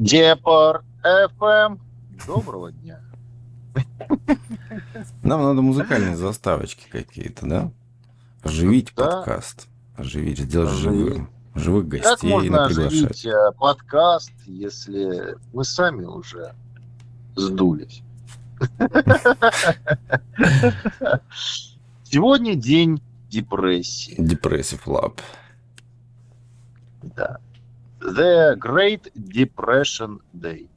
Депар ФМ. Доброго дня. Нам надо музыкальные заставочки какие-то, да? Оживить Да, подкаст. Оживить, сделать оживить. живых Как гостей можно оживить приглашать. подкаст, если мы сами уже сдулись? Сегодня день депрессии. Depressive Lab. Да. The Great Depression Day.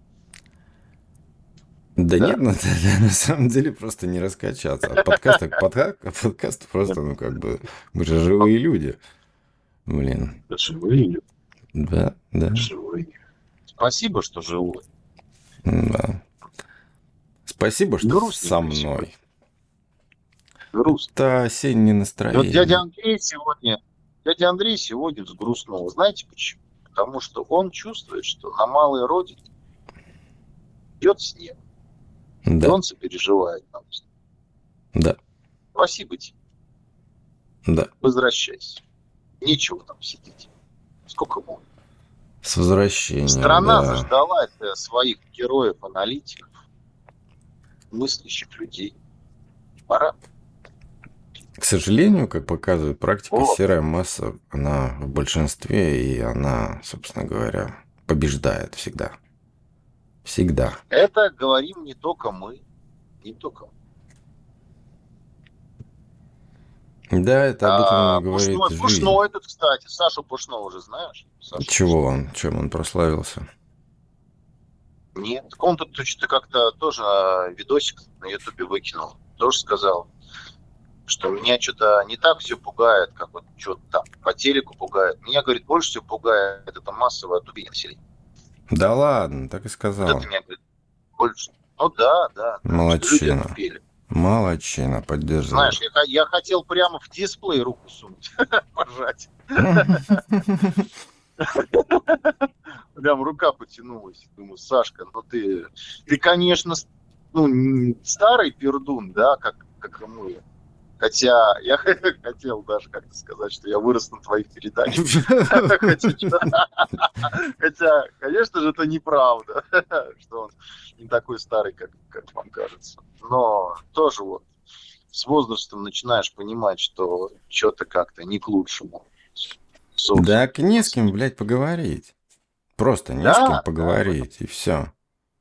Да Да. нет, на самом деле просто не раскачаться. От подкаста к подкасту просто, мы же живые люди. Блин. Живые люди. Да. Живые. Спасибо, что живой. Да. Спасибо, что со Грустненько сегодня. мной. Грустно. Это осеннее И вот настроение. дядя Андрей сегодня взгрустнул. Знаете почему? Потому что он чувствует, что на малой родине идет снег. И Да, он сопереживает нам. да, Спасибо тебе. да. Возвращайся. Нечего там сидеть. Сколько можно. С возвращением, Страна да. заждалась своих героев-аналитиков, мыслящих людей. Пора. К сожалению, как показывает практика, Вот. серая масса, она в большинстве, и она, собственно говоря, побеждает всегда. Всегда. Это говорим не только мы. Не только мы. Да, это об этом и говорит жизнь. Пушной этот, кстати. Сашу Пушного уже знаешь? Чего он? Чем он прославился? Нет. Он тут что-то как-то тоже видосик на Ютубе выкинул. Тоже сказал, что меня что-то не так все пугает, как вот что-то там по телеку пугает. Меня, говорит, больше всего пугает это массовое отубение населения. Да ладно, так и Вот сказал. это меня, говорит, больше. Ну да. Что люди Молодчина. отупели. Молодчина, поддерживаю. Знаешь, я хотел прямо в дисплей руку сунуть, пожать. Прям рука потянулась. Думаю, Сашка, ну ты конечно, старый пердун, да, как и мы. Хотя я хотел даже как-то сказать, что я вырос на твоих передачах. Хотя, конечно же, это неправда, что он не такой старый, как вам кажется. Но тоже вот с возрастом начинаешь понимать, что что-то как-то не к лучшему. Да, не с кем, блядь, поговорить. Просто не с кем поговорить, и все.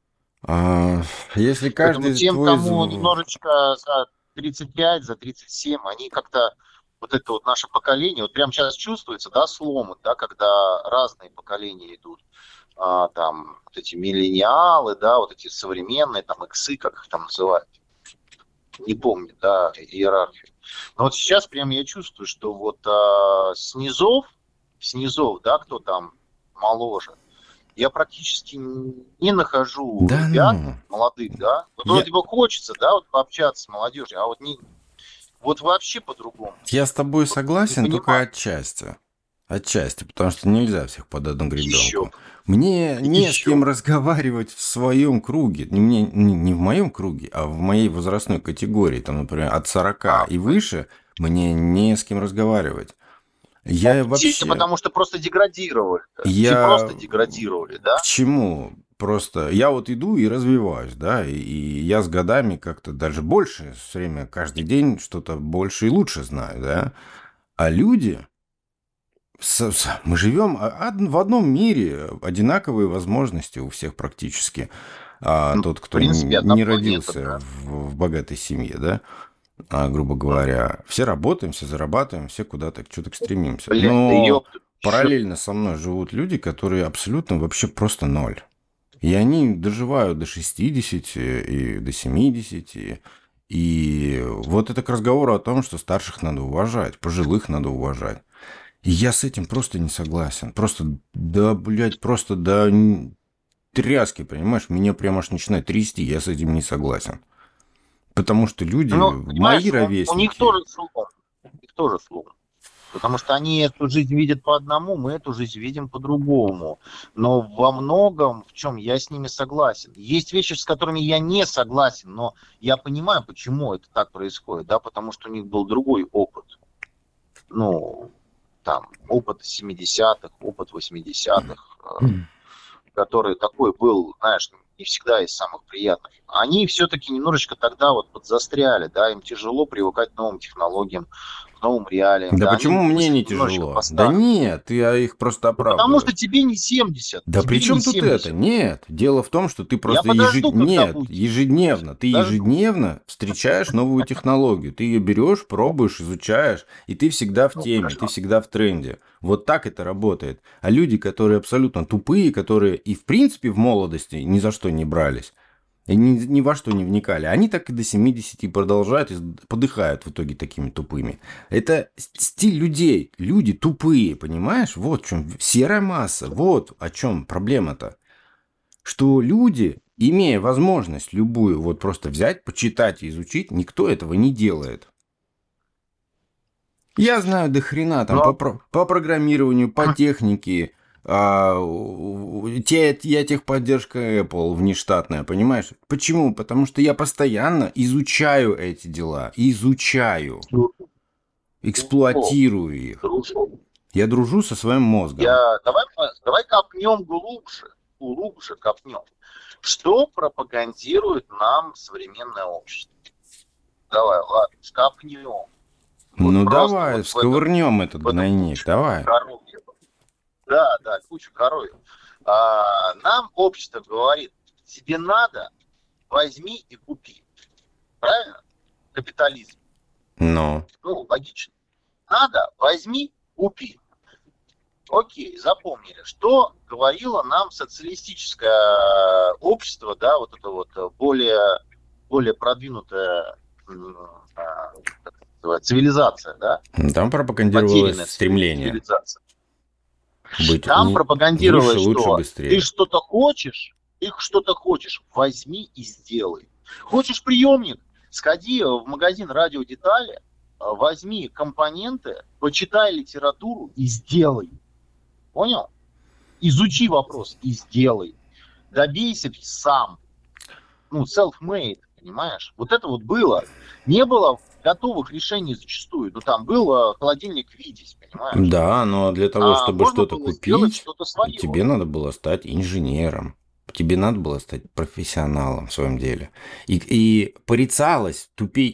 Если Поэтому каждый тем, твой... кому немножечко за 35, за 37, они как-то, вот это вот наше поколение, вот прямо сейчас чувствуется, да, слом, да, когда разные поколения идут. Там вот эти миллениалы, да, вот эти современные, там, иксы, как их там называют. Не помню, да, иерархию. Но вот сейчас прям я чувствую, что вот снизов, да, кто там моложе, я практически не нахожу ребят молодых, да. Вот вроде бы хочется, да, вот пообщаться с молодежью, а вот не, вот вообще по-другому. Я с тобой Вот согласен, только отчасти. Отчасти, потому что нельзя всех под одну гребенку. Мне не с кем разговаривать в своем круге. Не в моем круге, а в моей возрастной категории. Там, например, от 40 и выше мне не с кем разговаривать. Я вообще... Потому что просто деградировали. Просто деградировали, да? К чему? Просто я вот иду и развиваюсь, да, и я с годами как-то даже больше, все время, каждый день что-то больше и лучше знаю, да. А люди... Мы живем в одном мире, одинаковые возможности у всех практически. Тот, кто не родился в богатой семье, да, грубо говоря, все работаем, все зарабатываем, все куда-то что-то стремимся. Но параллельно со мной живут люди, которые абсолютно вообще просто ноль. И они доживают до 60 и до 70. И вот это к разговору о том, что старших надо уважать, пожилых надо уважать. И я с этим просто не согласен. Просто, да, блядь, просто до тряски, понимаешь? Меня прям аж начинает трясти, я с этим не согласен. Потому что люди, мои ровесники... У них тоже слом. Потому что они эту жизнь видят по одному, мы эту жизнь видим по-другому. Но во многом, в чем я с ними согласен. Есть вещи, с которыми я не согласен, но я понимаю, почему это так происходит, да, потому что у них был другой опыт. Там, опыт 70-х, опыт 80-х. который такой был, знаешь, не всегда из самых приятных, они все-таки немножечко тогда вот подзастряли, да, им тяжело привыкать к новым технологиям, к новым реалиям, Да да, они почему мне мыслят не немножечко тяжело? Да по-старому. нет, ты их просто Ну, потому что оправдываешь. тебе не 70, Да при тебе не чем тут это? 70. Нет. Дело в том, что ты Я просто подожду, когда Нет, будет 70. ежедневно. Ты Подожду. ежедневно встречаешь новую технологию. Ты ее берешь, пробуешь, изучаешь, и ты всегда в Ну, теме, ты хорошо. всегда в тренде. Вот так это работает. А люди, которые абсолютно тупые, которые и в принципе в молодости ни за что не брались, и ни во что не вникали. Они так и до 70 продолжают и подыхают в итоге такими тупыми. Это стиль людей. Люди тупые, понимаешь? Вот в чем серая масса. Вот о чем проблема-то. Что люди, имея возможность любую вот просто взять, почитать и изучить, никто этого не делает. Я знаю до хрена там Но по программированию, по технике. Я техподдержка Apple внештатная, понимаешь? Почему? Потому что я постоянно изучаю эти дела. Изучаю. дружок, Эксплуатирую их. дружок, Я дружу со своим мозгом. давай копнем глубже копнем. Что пропагандирует нам современное общество? Давай, ладно, копнем. Вот Ну просто давай, вот в этом, сковырнем этот в этом гнойник, кучу давай. коровьев. Да, да, кучу коровьев. Нам общество говорит, тебе надо, возьми и купи. Правильно? Капитализм. Ну, Ну, логично. Надо, возьми, купи. Окей, запомнили. Что говорило нам социалистическое общество, да, вот это вот более продвинутая как это называется, цивилизация, да, там пропагандировалось потерянная стремление цивилизация. быть Там выше, пропагандировалось, лучше, что быстрее. ты что-то хочешь, возьми и сделай. Хочешь приемник, сходи в магазин радиодетали, возьми компоненты, почитай литературу и сделай. Понял? Изучи вопрос и сделай. Добейся сам. Ну, self-made, понимаешь? Вот это вот было. Не было готовых решений зачастую. Ну, там был холодильник «Витязь», понимаешь? Да, но для того, А чтобы можно что-то было сделать купить, что-то свое. тебе надо было стать инженером. Тебе надо было стать профессионалом в своем деле. И порицалось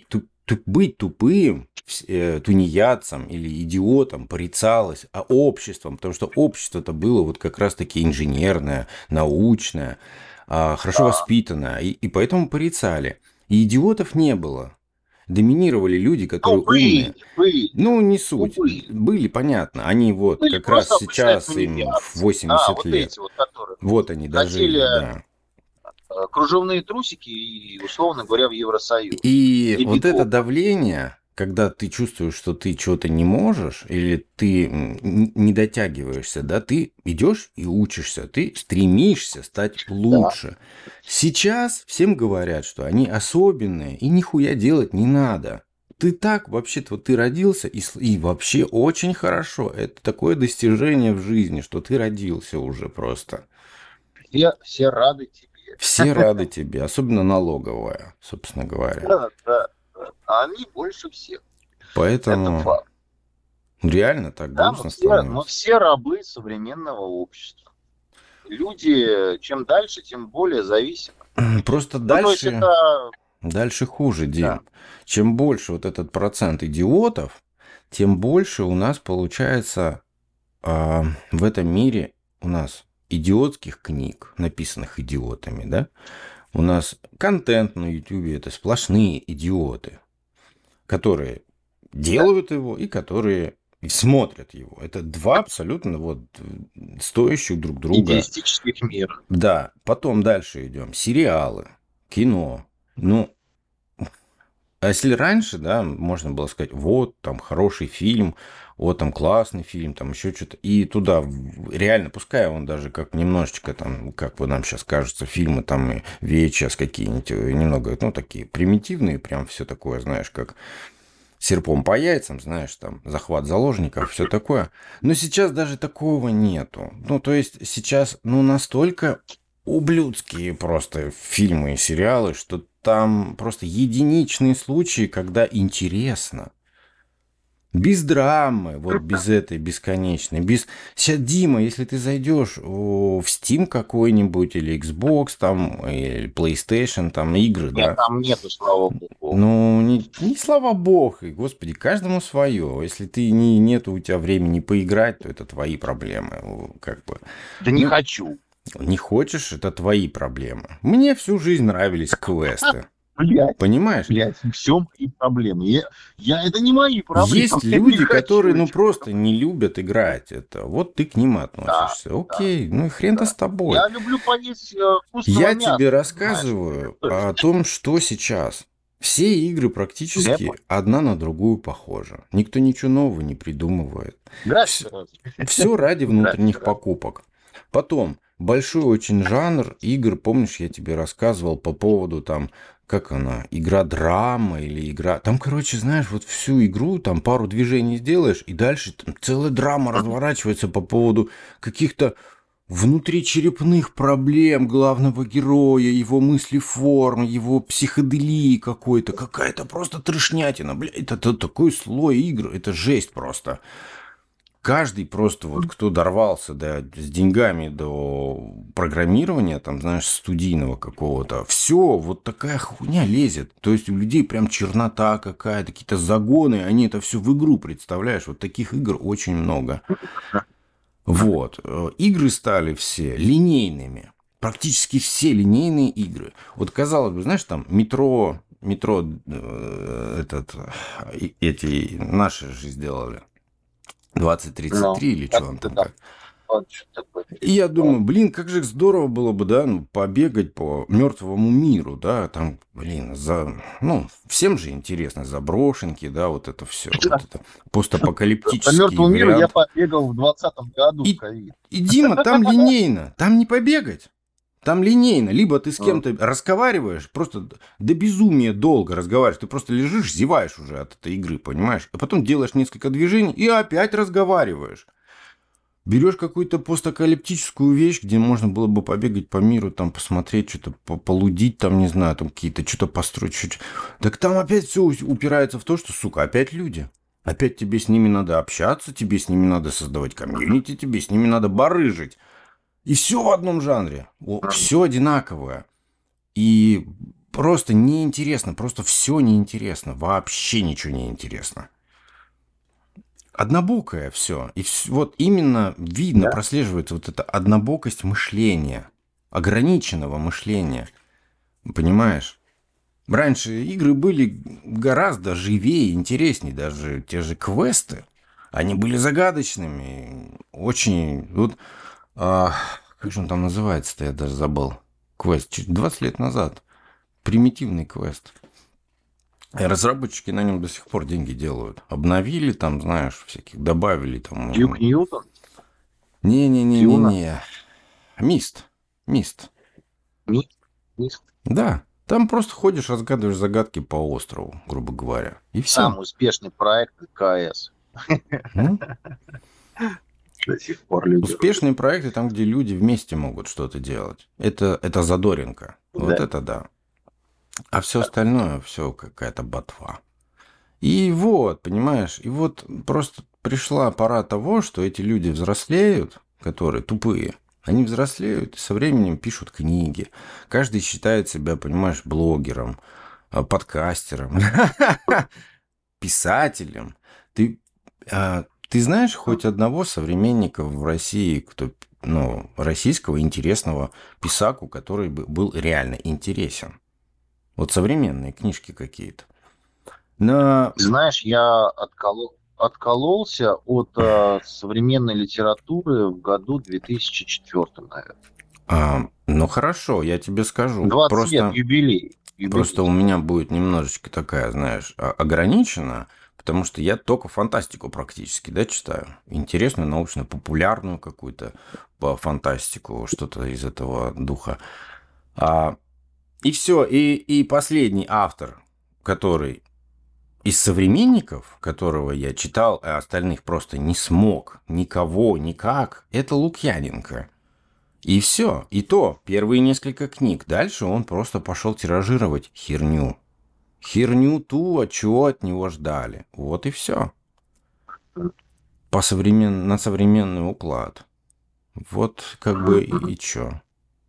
быть тупым, тунеядцем или идиотом, порицалось, а обществом, потому что общество-то было вот как раз-таки инженерное, научное, хорошо Да. воспитанное, и поэтому порицали. И идиотов не было. Доминировали люди, Ну, которые умные. были. Ну, не Ну, суть. были. Были, понятно. Они вот Были как раз просто обычные сейчас им в тунеядцы. Да, 80 вот лет. эти вот, которые Вот они хотели дожили, да. кружевные трусики и, условно говоря, в Евросоюз. И И вот это бегом. давление, когда ты чувствуешь, что ты чего-то не можешь, или ты не дотягиваешься, да, ты идешь и учишься, ты стремишься стать Да. лучше. Сейчас всем говорят, что они особенные, и нихуя делать не надо. Ты так, вообще-то, вот ты родился, и вообще очень хорошо. Это такое достижение в жизни, что ты родился уже просто. Все рады тебе. Все рады тебе, особенно налоговая, собственно говоря. Да, да, да. А они больше всех. Это Поэтому факт. реально так Да, грустно мы становится. все рабы современного общества. Люди, чем дальше, тем более зависимы. Просто Ну, то есть дальше, это... дальше хуже, Да. Дим. Чем больше вот этот процент идиотов, тем больше у нас получается в этом мире у нас идиотских книг, написанных идиотами, да? У нас контент на YouTube это сплошные идиоты, которые Да. делают его и которые смотрят его. Это два абсолютно вот стоящих друг друга. Идеалистических мира. Да, потом дальше идем. Сериалы, кино. Ну, а если раньше, да, можно было сказать, вот, там хороший фильм, вот там классный фильм, там еще что-то, и туда реально, пускай он даже как немножечко там, как бы нам сейчас кажется, фильмы там и VHS какие-нибудь, немного, ну, такие примитивные, прям все такое, знаешь, как серпом по яйцам, знаешь, там, захват заложников, все такое. Но сейчас даже такого нету. Ну, то есть сейчас, ну, настолько ублюдские просто фильмы и сериалы, что там просто единичные случаи, когда интересно. Без драмы, вот без этой бесконечной, без... Сейчас, Дима, если ты зайдешь в Steam какой-нибудь, или Xbox, там, или PlayStation, там, игры, Нет, да, там нету, слава богу. ну, не слава богу, и, господи, каждому свое. Если ты нету у тебя времени поиграть, то это твои проблемы, как бы. Да не Ну, хочу. не хочешь, это твои проблемы. Мне всю жизнь нравились квесты. Блять, Понимаешь? блять, все мои проблемы. Это не мои проблемы. Есть Я не люди, хочу которые, ну, этих просто проблем. не любят играть это. Вот ты к ним Да, относишься. да, Окей, ну и хрен-то с да. тобой. Я люблю поесть вкусного Я тебе мяса, понимаешь? рассказываю То о есть, том, что сейчас. Все игры да, я практически понял. одна на другую похожи. Никто ничего нового не придумывает. Графика разве? Все ради Графика внутренних разве? покупок. Потом, большой очень жанр игр, помнишь, я тебе рассказывал по поводу там, как она, игра драма или игра... Там, короче, знаешь, вот всю игру, там пару движений сделаешь, и дальше там целая драма разворачивается по поводу каких-то внутричерепных проблем главного героя, его мыслеформ, его психоделии какой-то. Какая-то просто трешнятина, блядь. Это такой слой игр, это жесть просто. Каждый просто вот, кто дорвался с деньгами до программирования, там, знаешь, студийного какого-то, все, вот такая хуйня лезет. То есть у людей прям чернота какая-то, какие-то загоны, они это все в игру, представляешь? Вот таких игр очень много. Вот. Игры стали все линейными. Практически все линейные игры. Вот казалось бы, знаешь, там метро эти наши же сделали. Ну, 2033 или что как он ты там там, как. вот что такое. И я Ну, думаю, блин, как же здорово было бы, да, ну, побегать по мертвому миру, да, там, блин, ну, всем же интересно, заброшенки, да, вот это все, вот это по постапокалиптический мертвому миру я вариант. побегал в 2020 году в И, ковид. и Дима, там линейно, там не побегать. Там линейно. Либо ты с кем-то разговариваешь, просто до безумия долго разговариваешь. Ты просто лежишь, зеваешь уже от этой игры, понимаешь? А потом делаешь несколько движений и опять разговариваешь. Берешь какую-то постапокалиптическую вещь, где можно было бы побегать по миру, там посмотреть, что-то полудить, там, не знаю, там какие-то, что-то построить. Так там опять все упирается в то, что, сука, опять люди. Опять тебе с ними надо общаться, тебе с ними надо создавать комьюнити, тебе с ними надо барыжить. И все в одном жанре. Все одинаковое. И просто неинтересно. Просто все неинтересно. Вообще ничего не интересно. Однобокое все. И вот именно видно, Да. прослеживается вот эта однобокость мышления. Ограниченного мышления. Понимаешь? Раньше игры были гораздо живее, интереснее. Даже те же квесты. Они были загадочными. Очень... Вот, как же он там называется-то, я даже забыл. Квест. 20 лет назад. Примитивный квест. И разработчики на нем до сих пор деньги делают. Обновили там, знаешь, всяких, добавили там... Дюк Ньютон, Фиона, Не-не-не-не-не. Мист. Мист. Ми- Миск. Да. Там просто ходишь, разгадываешь загадки по острову, грубо говоря. И все. Самый успешный проект КС. Ну, До сих пор люди рубят. успешные проекты там, где люди вместе могут что-то делать. Это задоринка. Вот Да. это да. А все остальное, все какая-то ботва. И вот, понимаешь, и вот просто пришла пора того, что эти люди взрослеют, которые тупые, они взрослеют и со временем пишут книги. Каждый считает себя, понимаешь, блогером, подкастером, писателем. Ты, ты знаешь хоть одного современника в России, кто, ну, российского интересного писаку, который бы был реально интересен? Вот современные книжки какие-то. На... Знаешь, я откололся от современной литературы в году 2004, наверное. Ну хорошо, я тебе скажу. 20 лет, юбилей. Просто у Юбилей. меня будет немножечко такая, знаешь, ограничена, потому что я только фантастику практически, да, читаю. Интересную, научно-популярную какую-то фантастику, что-то из этого духа. И все, и последний автор, который из современников, которого я читал, а остальных просто не смог, никого, никак, это Лукьяненко. И все. И то, первые несколько книг. Дальше он просто пошел тиражировать херню. Херню ту, от чего от него ждали. Вот и все. на современный уклад. Вот как бы и чё.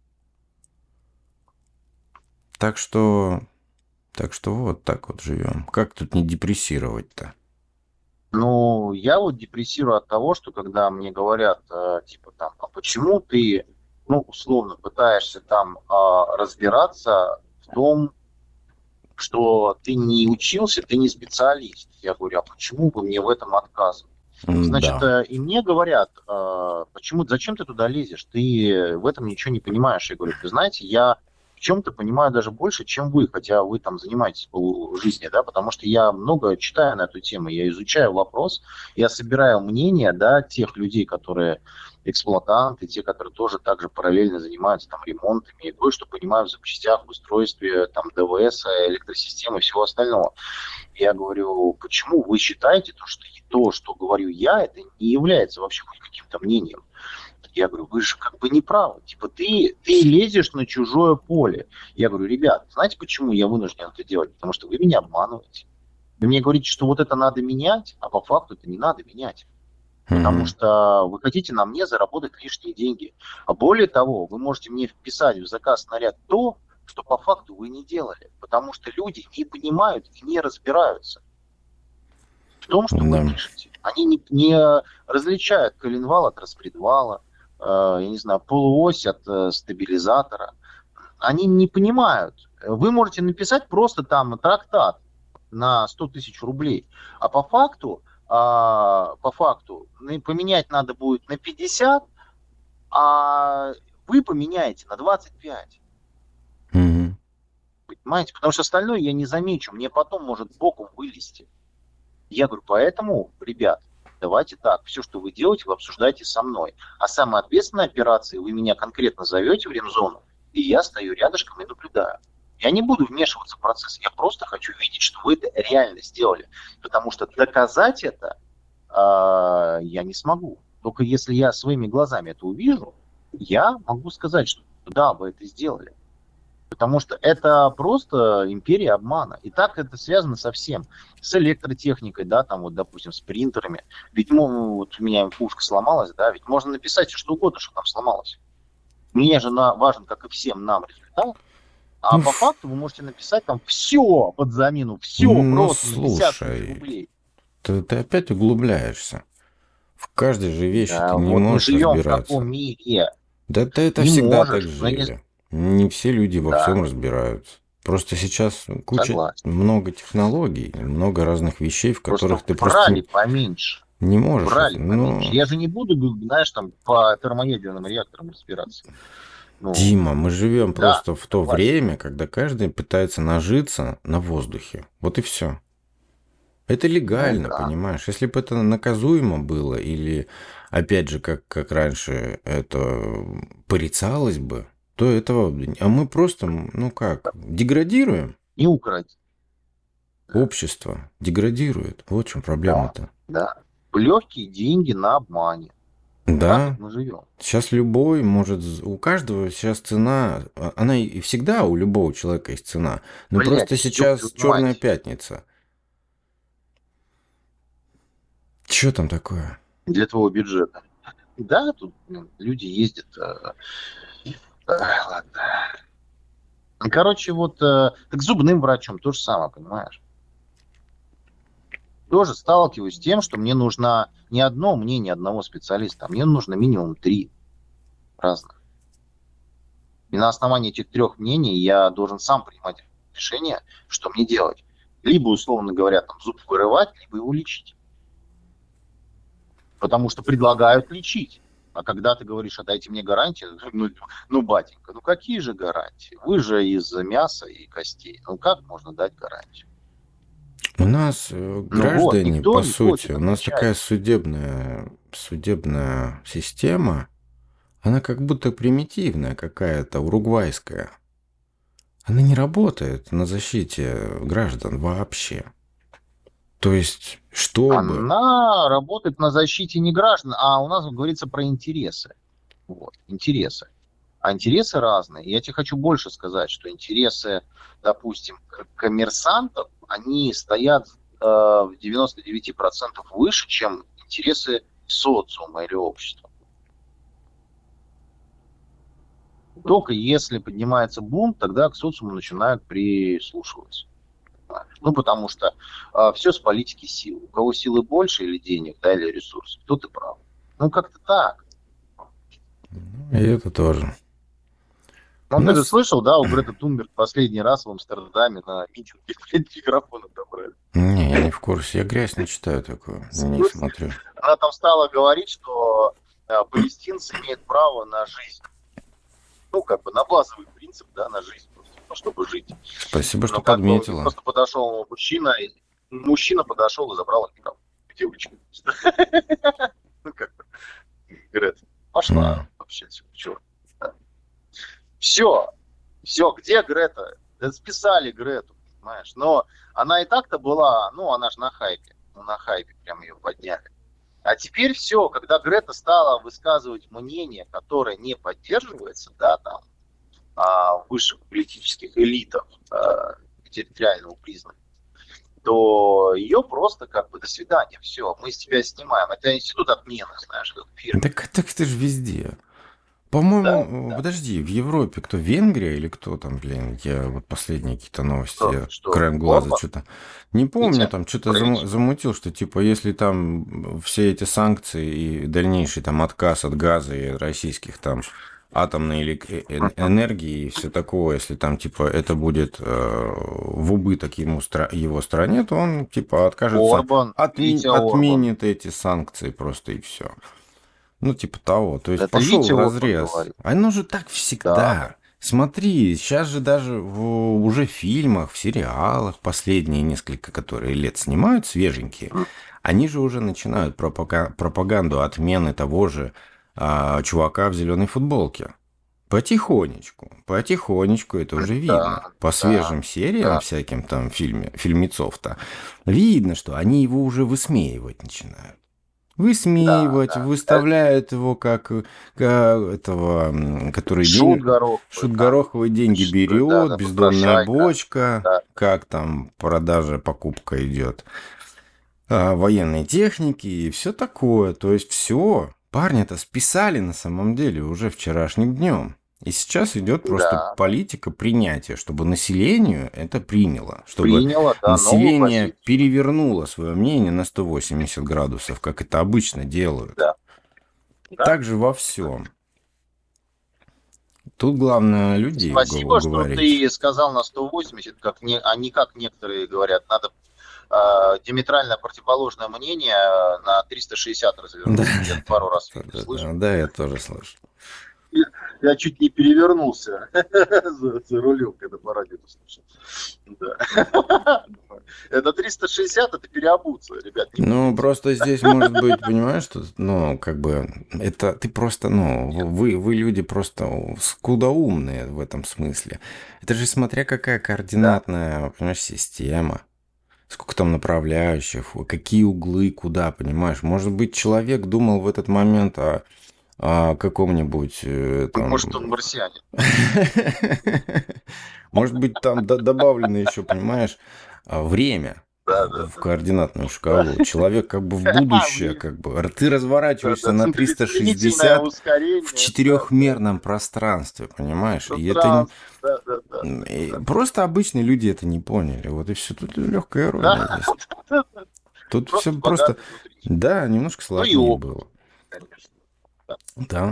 Так что вот так вот живем. Как тут не депрессировать-то? Ну, я вот депрессирую от того, что когда мне говорят, типа там, а почему ты, ну, условно, пытаешься там разбираться в том, что ты не учился, ты не специалист. Я говорю, а почему вы мне в этом отказываете? Значит, Да. и мне говорят, почему, зачем ты туда лезешь? Ты в этом ничего не понимаешь. Я говорю, вы знаете, я в чем-то понимаю даже больше, чем вы, хотя вы там занимаетесь полжизни, да, потому что я много читаю на эту тему, я изучаю вопрос, я собираю мнение, да, тех людей, которые эксплуатанты, те, которые тоже также параллельно занимаются там ремонтами и кое-что понимают в запчастях, в устройстве там ДВС, электросистемы и всего остального. Я говорю, почему вы считаете, то, что говорю я, это не является вообще хоть каким-то мнением? Я говорю, вы же как бы не правы. Типа ты лезешь на чужое поле. Я говорю, ребят, знаете, почему я вынужден это делать? Потому что вы меня обманываете. Вы мне говорите, что вот это надо менять, а по факту это не надо менять. Потому Мгм. что вы хотите на мне заработать лишние деньги. А более того, вы можете мне вписать в заказ снаряд то, что по факту вы не делали. Потому что люди не понимают и не разбираются в том, что вы Да. пишете. Они не различают коленвал от распредвала, я не знаю, полуось от стабилизатора. Они не понимают. Вы можете написать просто там трактат на 100 тысяч рублей, а по факту поменять надо будет на 50, а вы поменяете на 25. Мгм. Понимаете? Потому что остальное я не замечу, мне потом может боком вылезти. Я говорю, поэтому, ребят, давайте так, все, что вы делаете, вы обсуждаете со мной. А самые ответственные операции вы меня конкретно зовете в ремзону, и я стою рядышком и наблюдаю. Я не буду вмешиваться в процесс, я просто хочу видеть, что вы это реально сделали. Потому что доказать это я не смогу. Только если я своими глазами это увижу, я могу сказать, что да, вы это сделали. Потому что это просто империя обмана. И так это связано со всем. С электротехникой, да, там вот, допустим, с принтерами. Ведь вот у меня пушка сломалась, да, ведь можно написать что угодно, что там сломалось. Мне же важен, как и всем нам, результат. А Ну, по факту вы можете написать там все под замену, все ну, просто на 50 тысяч слушай, рублей. ты опять углубляешься. В каждой же вещи ты Да, не вот мы можешь живем в разбираться. таком мире. Да ты это Не всегда так можешь, но не... жили. Не все люди во Да, всем разбираются. Просто сейчас куча, согласен. много технологий, много разных вещей, в Просто которых ты просто брали поменьше. не можешь. Брали поменьше. Ну, Я же не буду, знаешь, там по термоядерным реакторам разбираться. Ну, Дима, мы живем да, просто в то согласен. время, когда каждый пытается нажиться на воздухе. Вот и все. Это Ну легально, да. понимаешь? Если бы это наказуемо было, или, опять же, как раньше это порицалось бы, то этого... А мы просто, ну как, деградируем. Не украсть. Да, Общество деградирует. Вот в чем да, проблема-то. да. Легкие деньги на обмане. Так вот Да, мы живем. сейчас любой может... У каждого сейчас цена... Она и всегда у любого человека есть цена. Но Блять, просто ёб сейчас твою Черная мать. пятница. Что там такое? Для твоего бюджета. Да, тут люди ездят. Ладно. Короче, вот так с зубным врачом то же самое, понимаешь? Тоже сталкиваюсь с тем, что мне нужно не одно мнение одного специалиста, а мне нужно минимум 3 разных. И на основании этих 3 мнений я должен сам принимать решение, что мне делать. Либо, условно говоря, там, зуб вырывать, либо его лечить. Потому что предлагают лечить. А когда ты говоришь, а дайте мне гарантию, ну, батенька, ну какие же гарантии? Вы же из мяса и костей. Ну как можно дать гарантию? У нас Ну вот, граждане, никто по не сути, хочет у нас отвечать. такая судебная система, она как будто примитивная какая-то, уругвайская. Она не работает на защите граждан вообще. То есть, чтобы... Она работает на защите не граждан, а у нас говорится про интересы. Вот, интересы. А интересы разные. Я тебе хочу больше сказать, что интересы, допустим, коммерсантов, они стоят в 99% выше, чем интересы социума или общества. Только если поднимается бунт, тогда к социуму начинают прислушиваться. Ну, потому что все с политики сил. У кого силы больше или денег, да, или ресурсов, тот и прав. Ну, как-то так. И это тоже. Ну, ты же слышал, да, у Греты Тунберг последний раз в Амстердаме на митинге микрофон отобрали. Не, я не в курсе. Я грязь не читаю такую. Не смотрю. Она там стала говорить, что палестинцы имеют право на жизнь. Ну, как бы на базовый принцип, да, на жизнь. Ну, чтобы жить. Спасибо, что подметила. Просто подошел мужчина подошел и забрал микрофон. Девочка. Ну, как бы. Грета пошла вообще все к черту. Все, где Грета? Да списали Грету, понимаешь? Но она и так-то была, ну, она же на хайпе прям ее подняли. А теперь все, когда Грета стала высказывать мнение, которое не поддерживается, да, там, в высших политических элитах территориального признака, то ее просто как бы до свидания, все, мы с тебя снимаем. Это институт отмены, знаешь, как фирма. Так ты же везде. По-моему, подожди, в Европе кто, Венгрия или кто там, блин, я вот последние какие-то новости, краем глаза что-то, не помню, там что-то замутил, что типа если там все эти санкции и дальнейший там отказ от газа и российских там атомной энергии и все такое, если там типа это будет в убыток его стране, то он типа откажется, отменит эти санкции просто и все. Ну, типа того. То есть это пошел в разрез. Оно же так всегда. Да. Смотри, сейчас же даже в уже фильмах, в сериалах последние несколько, которые лет снимают, свеженькие, они же уже начинают пропаганду отмены того же чувака в зеленой футболке. Потихонечку, это уже видно. По свежим сериям всяким там фильмецов-то видно, что они его уже высмеивать начинают. Выставляют его как этого, который шут-гороховые деньги берет, бездонная бочка, как там продажа, покупка идет военной техники и все такое. То есть все, парня-то списали на самом деле уже вчерашним днем. И сейчас идет просто политика принятия, чтобы населению это приняло, чтобы население перевернуло свое мнение на 180 градусов, как это обычно делают. Да. Так же во всем. Тут главное людей Спасибо, говорить. Что ты сказал на 180, а не как некоторые говорят, надо диаметрально противоположное мнение на 360 развернуть. Да. Я пару раз слышал. Да, я тоже слышал. Я чуть не перевернулся за рулем, когда по радио слушал. Да. Это 360, это переобуться, ребят. Ну, просто здесь может быть, понимаешь, что, ну, как бы, это ты просто, ну, вы люди просто скудоумные в этом смысле. Это же смотря какая координатная, понимаешь, система. Сколько там направляющих, какие углы, куда, понимаешь. Может быть, человек думал в этот момент о каком-нибудь... Там... Может, он марсианин. Может быть, там добавлено еще, понимаешь, время в координатную шкалу. Человек как бы в будущее, как бы. Ты разворачиваешься на 360 в четырехмерном пространстве, понимаешь? И это просто обычные люди это не поняли. Вот и все. Тут легкая ирония есть. Тут все просто... Да, немножко сложнее было. Да.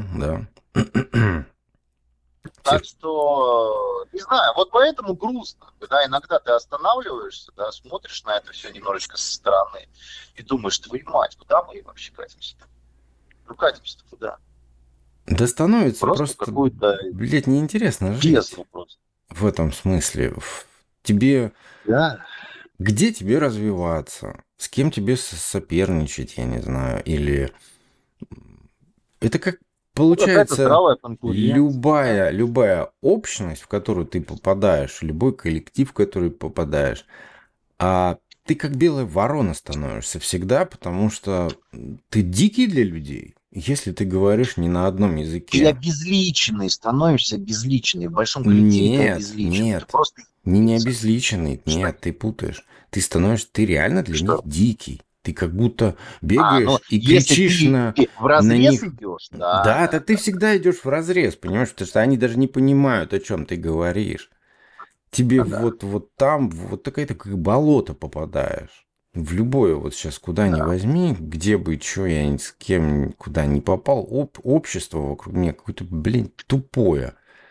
Так что, не знаю, вот поэтому грустно, когда иногда ты останавливаешься, да, смотришь на это все немножечко со стороны и думаешь, твою мать, куда мы вообще катимся-то? Ну, катимся-то куда? Да становится просто блядь, неинтересно жить. В этом смысле. Тебе... Да. Где тебе развиваться? С кем тебе соперничать, я не знаю, или... Это как получается любая общность, в которую ты попадаешь, любой коллектив, в который попадаешь, а ты как белая ворона становишься всегда, потому что ты дикий для людей, если ты говоришь не на одном языке. Ты обезличенный, становишься безличный, в большом коллективе обезличенный. Нет, не обезличенный, нет, ты путаешь. Ты реально для них дикий. Ты как будто Ну, бегаешь и если кричишь ты в на разрез них. идешь, да, Да, да, так ты всегда идешь в разрез, понимаешь, потому что они даже не понимают, о чем ты говоришь. Тебе да, вот там вот такая как болото попадаешь. В любое вот сейчас куда ни да, возьми, где бы, что я с кем куда ни попал, общество вокруг меня какое-то, блин, тупое.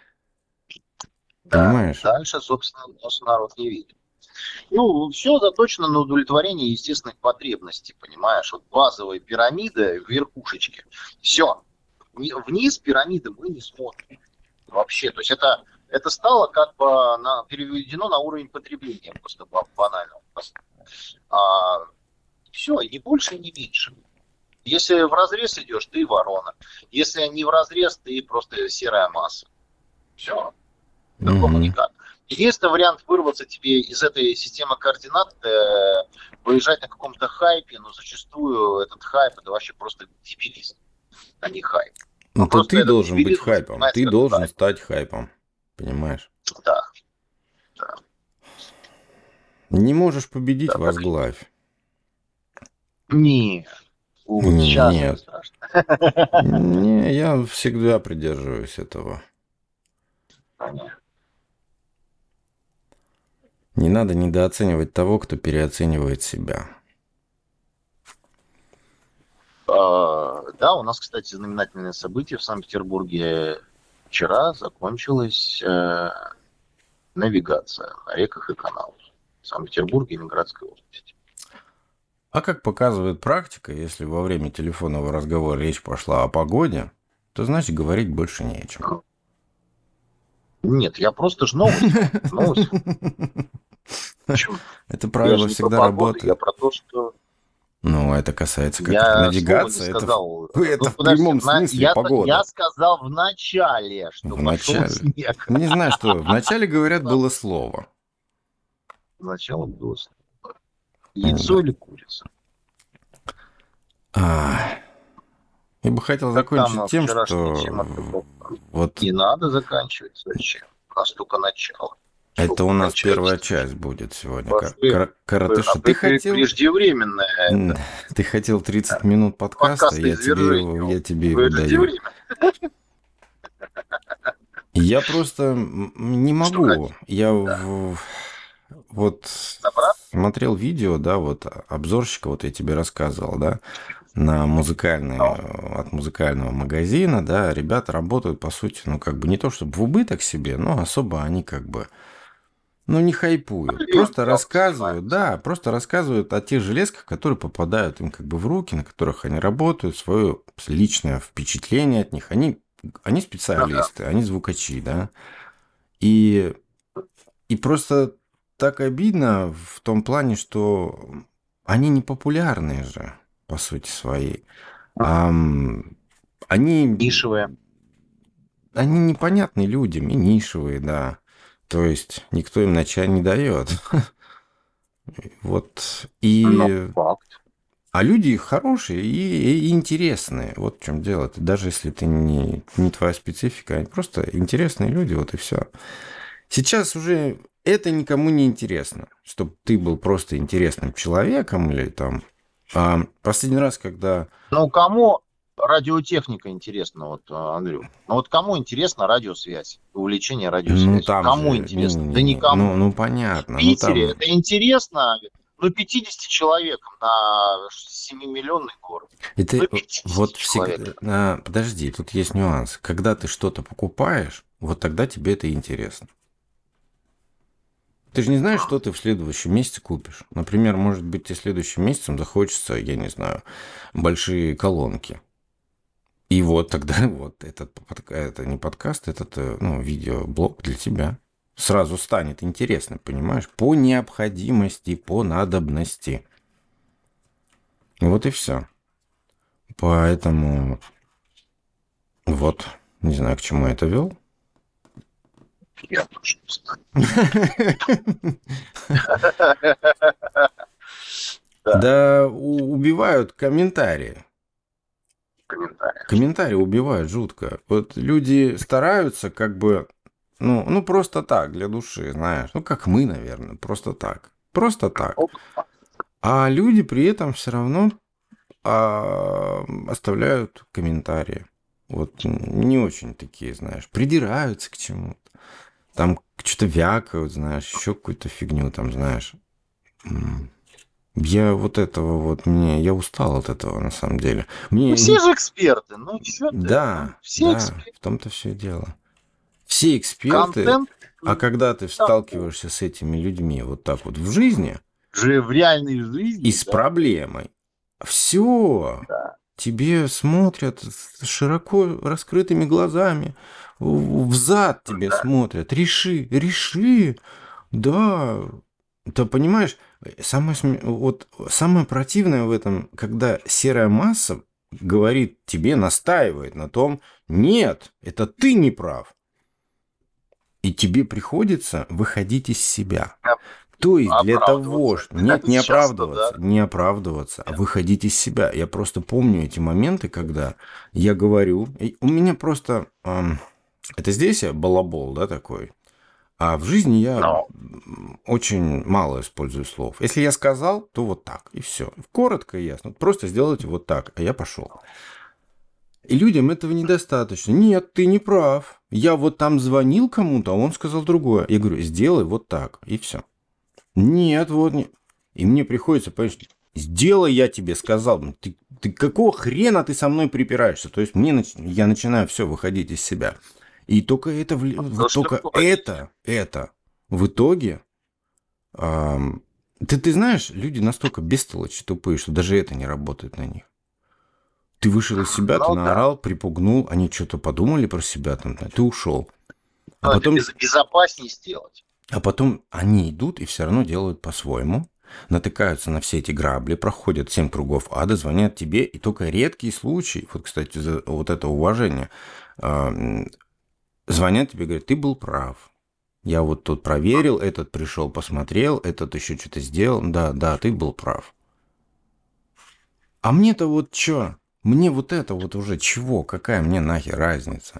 да. Понимаешь? Дальше, собственно, нос народ не видит. Ну, все заточено на удовлетворение естественных потребностей, понимаешь? Вот базовая пирамида в верхушечке. Все. Вниз пирамиды мы не смотрим вообще. То есть это стало как бы переведено на уровень потребления, просто банально. А, все, и ни больше, ни меньше. Если в разрез идешь, ты ворона. Если не в разрез, ты просто серая масса. Все. По-другому Угу. никак. Единственный вариант вырваться тебе из этой системы координат, выезжать на каком-то хайпе, но зачастую этот хайп это вообще просто дебилизм, а не хайп. Ну Это просто ты этот должен быть дебилизм хайпом. воспринимается Ты как должен хайп. стать хайпом. Понимаешь? Да, да, Не можешь победить — да, так и есть. возглавь. Не, вот сейчас не Нет. страшно. Не, я всегда придерживаюсь этого. Понятно. Не надо недооценивать того, кто переоценивает себя. Да, у нас, кстати, знаменательное событие в Санкт-Петербурге. Вчера закончилась навигация на реках и каналах в Санкт-Петербурге и Ленинградской области. А как показывает практика, если во время телефонного разговора речь пошла о погоде, то значит говорить больше не о чем. Нет, я просто же новость. Новость. Почему? Это Я правило же не про всегда погоду, я работает. про то, что Ну, это касается как я слова не навигация, это сказал. это Ну, в подождите, прямом смысле я погода. сказал в начале, что В пошел начале. снег. Не знаю, что в начале, говорят, было слово. Сначала было яйцо Да. или курица. А, Я бы хотел Как закончить там тем, вчерашняя что тема? вот Не надо заканчивать. Зачем? У нас только начало. Что это у вы нас первая кончаете? часть будет сегодня. Пошли. Коротыша, ты хотел... Преждевременное это. Ты хотел 30 минут подкаста, Подкаста извержения. я тебе его даю. Преждевременно. Я просто не Что могу. хотите? Я Да. вот Добра? смотрел видео, да, вот обзорщика, вот я тебе рассказывал, да, на Ну, от музыкального магазина, да, ребята работают, по сути, ну, как бы не то чтобы в убыток себе, но особо они как бы, ну, не хайпуют. левым Просто делом рассказывают, занимаются. да, просто рассказывают о тех железках, которые попадают им как бы в руки, на которых они работают, свое личное впечатление от них. Они Ага. специалисты, они звукачи, да. И, и просто так обидно в том плане, что они не популярные же, по сути своей. Они, Нишевые. они непонятны людям и нишевые, да. То есть никто им начать не дает. Вот. Ну, И... факт. А люди хорошие и интересные. Вот в чем дело. Даже если ты не твоя специфика, они просто интересные люди, вот и все. Сейчас уже это никому не интересно, чтобы ты был просто интересным человеком или там... Последний раз, когда... Ну, кому радиотехника интересна, вот, Андрю? Ну, вот кому интересна радиосвязь, увлечение Ну, радиосвязью? там Кому же... интересно? Да Не-не-не. никому. Ну, В понятно. Ну, Питере там... это интересно, ну, 50 человекам на 7-миллионный город. Это Ну, 50 вот человек. всегда... Подожди, тут есть нюанс. Когда ты что-то покупаешь, вот тогда тебе это интересно. Ты же не знаешь, что ты в следующем месяце купишь. Например, может быть, тебе следующим месяцем захочется, я не знаю, большие колонки. И вот тогда вот это не подкаст, этот ну, видеоблог для тебя сразу станет интересным, понимаешь? По необходимости, по надобности. Вот и все. Поэтому вот, не знаю, к чему я это вел. Я тоже не знаю. Да, Да убивают комментарии. комментарий. Комментарии убивают жутко. Вот люди стараются как бы, ну просто так, для души, знаешь. Ну, как мы, наверное, просто так. Просто так. А люди при этом все равно оставляют комментарии. Вот не очень такие, знаешь, придираются к чему-то. Там что-то вякают, знаешь, еще какую-то фигню там, знаешь. Я вот этого вот, я устал от этого на самом деле. Ну, все же эксперты, ну что ты, ну, Да, все да, эксперты. в том-то все и дело. Все эксперты, Контент а когда ты такой сталкиваешься с этими людьми вот так вот в жизни же в реальной и жизни, с да, проблемой, все, да. тебе смотрят с широко раскрытыми глазами, взад тебе Да. смотрят, реши, реши, да, да, понимаешь, вот самое противное в этом, когда серая масса говорит тебе, настаивает на том, нет, это ты не прав. И тебе приходится выходить из себя. То есть для того, Оправдываться. что... Нет, не Часто, да. оправдываться, не оправдываться, а выходить из себя. Я просто помню эти моменты, когда я говорю... У меня просто... это здесь я балабол, да, такой? А в жизни я Но очень мало использую слов. Если я сказал, то вот так, и все. Коротко и ясно. Просто сделайте вот так, а я пошел. И людям этого недостаточно. Нет, ты не прав. Я вот там звонил кому-то, а он сказал другое. Я говорю, сделай вот так, и все. Нет, вот не. И мне приходится, понимаешь, сделай, я тебе сказал. Ты какого хрена ты со мной припираешься? То есть я начинаю все выходить из себя. И только это, вот только это в итоге... ты знаешь, люди настолько бестолочи тупые, что даже это не работает на них. Ты вышел из себя, ты ну да. наорал, припугнул, они что-то подумали про себя, там, ты ушел. А Но это потом, безопаснее сделать. а потом они идут и все равно делают по-своему, натыкаются на все эти грабли, проходят 7 кругов ада, звонят тебе, и только редкий случай, вот, кстати, за вот это уважение, звонят тебе, говорят, ты был прав. Я вот тут проверил, этот пришел, посмотрел, этот еще что-то сделал. Да, ты был прав. А мне-то вот что? Мне вот это вот уже чего? Какая мне нахер разница?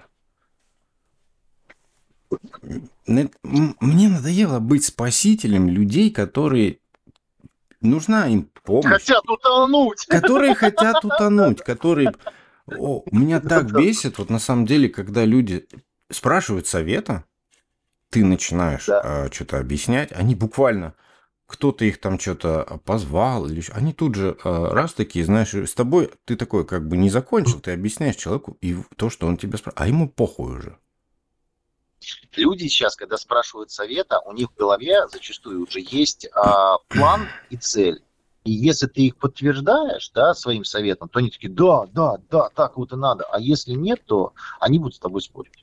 Мне надоело быть спасителем людей, которые... Нужна им помощь. Хотят утонуть. Которые хотят утонуть, которые... меня так бесит, вот на самом деле, когда люди спрашивают совета, ты начинаешь Да. что-то объяснять, они буквально... Кто-то их там что-то позвал, или они тут же раз такие, знаешь, с тобой ты такой как бы не закончил, ты объясняешь человеку и то, что он тебя спрашивает, а ему похуй уже. Люди сейчас, когда спрашивают совета, у них в голове зачастую уже есть план и цель. И если ты их подтверждаешь, да, своим советом, то они такие, да, так вот и надо. А если нет, то они будут с тобой спорить.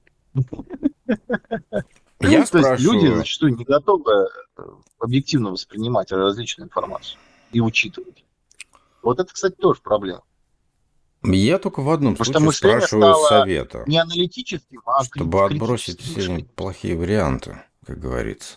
Я То есть люди спрашиваю, зачастую не готовы объективно воспринимать различную информацию и учитывать. Вот это, кстати, тоже проблема. я только в одном Потому что случае мышление спрашиваю стало совета, не аналитическим, а чтобы отбросить критическим все мышлением. плохие варианты, как говорится.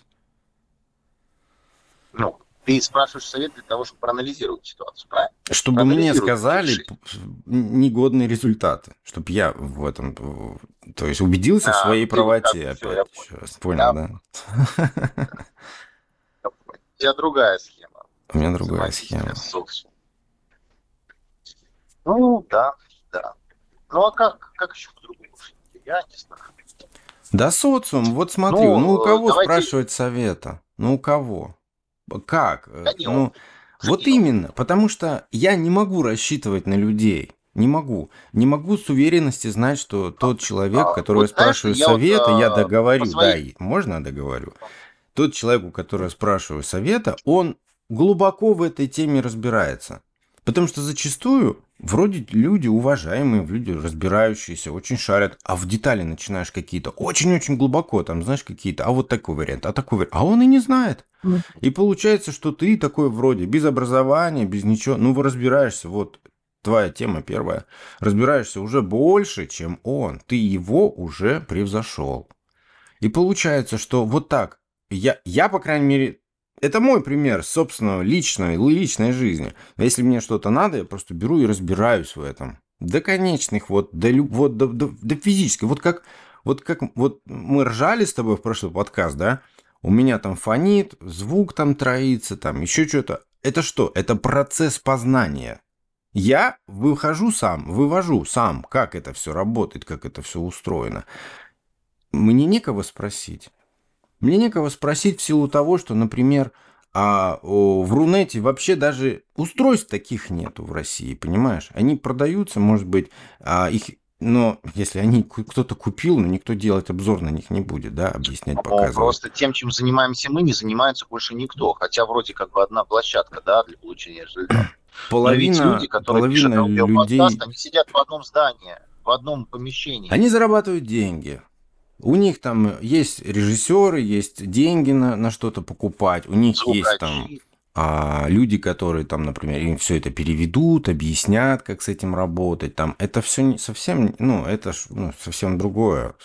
Ну, ты спрашиваешь совет для того, чтобы проанализировать ситуацию, правильно? Чтобы мне сказали негодные результаты, чтобы я в этом, то есть убедился в своей правоте опять. Понял, да? У тебя другая схема. У меня другая схема. Ну, да. Ну, а как еще по-другому? Я не знаю. Да социум, вот смотри, у кого спрашивать совета? У кого? Как? Да не вот именно, потому что я не могу рассчитывать на людей. Не могу. Не могу с уверенностью знать, что тот человек, которого я спрашиваю совета, я договорю. Да, можно договорю? Тот человек, у которого я спрашиваю совета, он глубоко в этой теме разбирается. Потому что зачастую вроде люди уважаемые, люди разбирающиеся, очень шарят, а в детали начинаешь какие-то очень-очень глубоко, там, знаешь, какие-то, а вот такой вариант, а такой вариант, а он и не знает. И получается, что ты такой вроде без образования, без ничего, вы разбираешься, вот твоя тема первая, разбираешься уже больше, чем он, ты его уже превзошел. И получается, что вот так, я по крайней мере, это мой пример собственного личной жизни. Если мне что-то надо, я просто беру и разбираюсь в этом. До конечных, до физической. Вот как мы ржали с тобой в прошлый подкаст, да? У меня там фонит, звук там троится, там еще что-то. Это что? Это процесс познания. Я вывожу сам, как это все работает, как это все устроено. Мне некого спросить. Мне некого спросить в силу того, что, например, в Рунете вообще даже устройств таких нету в России, понимаешь? Они продаются, может быть, но если кто-то купил, но никто делать обзор на них не будет, да, объяснять, Но показывать. просто тем, чем занимаемся мы, не занимается больше никто. Хотя вроде как бы одна площадка, да, для получения результата. Но ведь люди, которые пишут Половина аудиоподкаст, людей, они сидят в одном здании, в одном помещении. они зарабатывают деньги. У них там есть режиссеры, есть деньги на что-то покупать, у них есть там Звукачи. люди, которые там, например, им все это переведут, объяснят, как с этим работать. Там это все совсем, это совсем другое.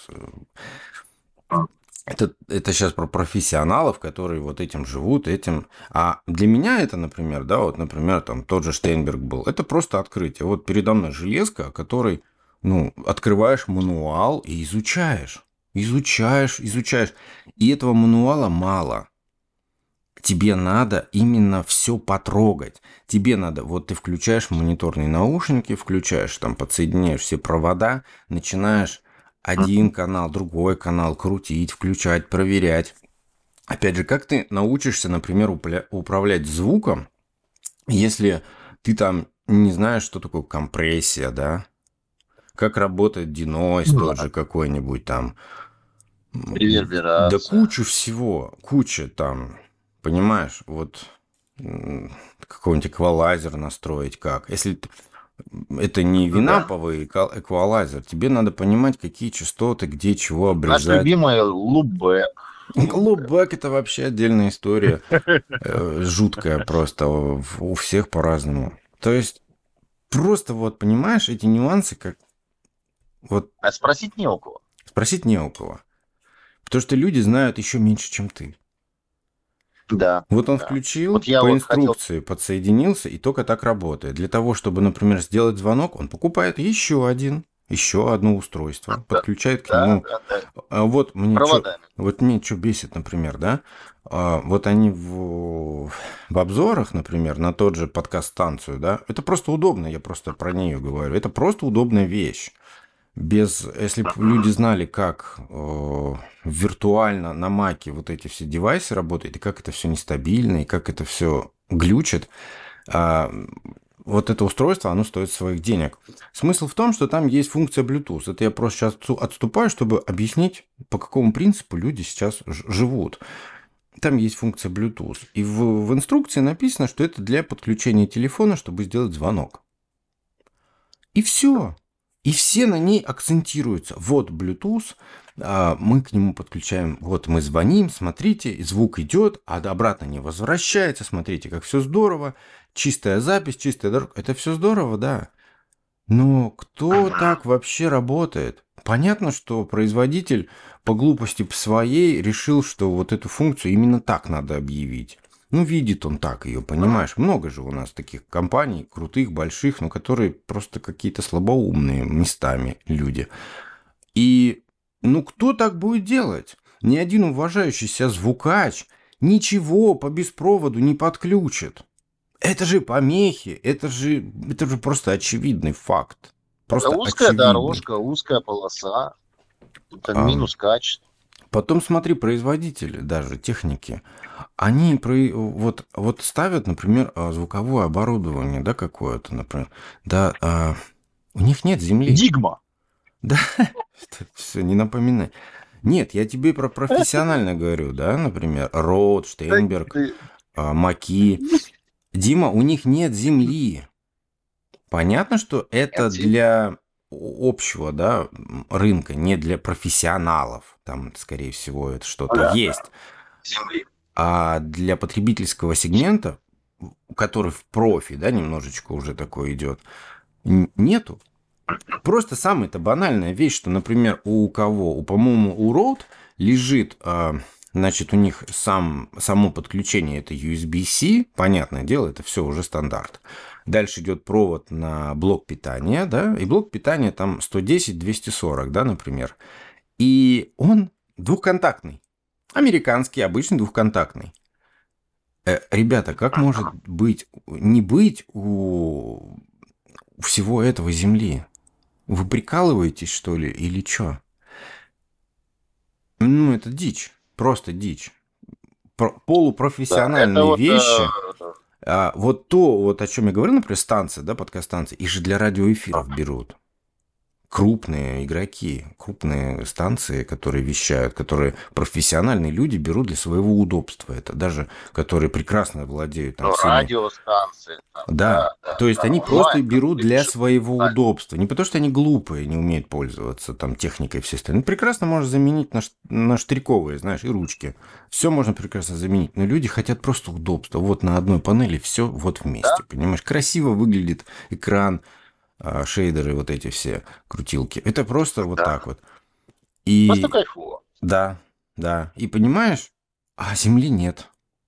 Это сейчас про профессионалов, которые вот этим живут, этим. А для меня это, например, да, вот, например, там тот же Штейнберг был. Это просто открытие. Вот передо мной железка, которой, открываешь мануал и изучаешь. Изучаешь. И этого мануала мало. Тебе надо именно все потрогать. Тебе надо, вот ты включаешь мониторные наушники, включаешь там, подсоединяешь все провода, начинаешь один канал, другой канал крутить, включать, проверять. Опять же, как ты научишься, например, управлять звуком, если ты там не знаешь, что такое компрессия, да? Как работает денойз тот же какой-нибудь там. Да Реверберация. кучу всего, куча там, понимаешь, вот какой-нибудь эквалайзер настроить как. Если это не винаповый эквалайзер, тебе надо понимать, какие частоты, где чего Наш обрезать. любимый лупбэк. Лупбэк это вообще отдельная история, жуткая просто, у всех по-разному. То есть просто вот понимаешь эти нюансы, как вот А спросить не у кого. спросить не у кого. Потому что люди знают еще меньше, чем ты. Да. Вот он Да. включил, Вот я по вот хотел... инструкции подсоединился, и только так работает. Для того, чтобы, например, сделать звонок, он покупает еще одно устройство, подключает к нему. Да. Вот мне Проводами. что бесит, например, да? Вот они в обзорах, например, на тот же подкаст-станцию, да, это просто удобно, я просто про нее говорю. Это просто удобная вещь. Если бы люди знали, как виртуально на маке вот эти все девайсы работают, и как это все нестабильно, и как это все глючит, вот это устройство, оно стоит своих денег. Смысл в том, что там есть функция Bluetooth. Это я просто сейчас отступаю, чтобы объяснить, по какому принципу люди сейчас живут. Там есть функция Bluetooth. И в инструкции написано, что это для подключения телефона, чтобы сделать звонок. И все. И все на ней акцентируются. Вот Bluetooth, мы к нему подключаем, вот мы звоним, смотрите, звук идет, а обратно не возвращается, смотрите, как все здорово, чистая запись, чистая дорога, это все здорово, да. Но кто так вообще работает? Понятно, что производитель по глупости своей решил, что вот эту функцию именно так надо объявить. Видит он так ее, понимаешь? Много же у нас таких компаний, крутых, больших, но которые просто какие-то слабоумные местами люди. И, кто так будет делать? Ни один уважающий себя звукач ничего по беспроводу не подключит. Это же помехи, это же просто очевидный факт. Это Просто узкая очевидный. дорожка, узкая полоса. Это минус качества. Потом смотри, производители даже, техники, они вот ставят, например, звуковое оборудование, да, какое-то, например, да, у них нет земли. Дигма. Да, все, не напоминай. Нет, я тебе про профессионально говорю, да, например, Rode, Штейнберг, Маки. Дима, у них нет земли. Понятно, что это для общего, да, рынка, не для профессионалов. Там, скорее всего, это что-то есть. Земли. А для потребительского сегмента, который в профи, да, немножечко уже такой идет, нету. Просто самая-то банальная вещь, что, например, по-моему, у Rode лежит, значит, у них само подключение это USB-C, понятное дело, это все уже стандарт. Дальше идет провод на блок питания, да, и блок питания там 110-240, да, например. И он двухконтактный, американский, обычный двухконтактный. Ребята, как может быть, не быть у всего этого Земли? Вы прикалываетесь, что ли, или что? Ну, это дичь, просто дичь. Да, это Полупрофессиональные вот, вещи. Вот то, вот о чем я говорил, например, станция, да, подкаст-станция, их же для радиоэфиров берут. Крупные игроки, крупные станции, которые вещают, которые профессиональные люди берут для своего удобства. Это даже, которые прекрасно владеют там ну, всеми. радиостанции, там, Да, да, да, то есть да, они просто онлайн, как берут ты для пишешь, своего онлайн. удобства. Не потому что они глупые, не умеют пользоваться там техникой и все остальное. Ну, прекрасно можно заменить на штриковые, знаешь, и ручки. Все можно прекрасно заменить. Но люди хотят просто удобства. Вот на одной панели все вот Да, вместе, понимаешь? Красиво выглядит экран, шейдеры, вот эти все крутилки. Это просто вот да. так вот. Просто И кайфово. да, да. И понимаешь, а Земли нет.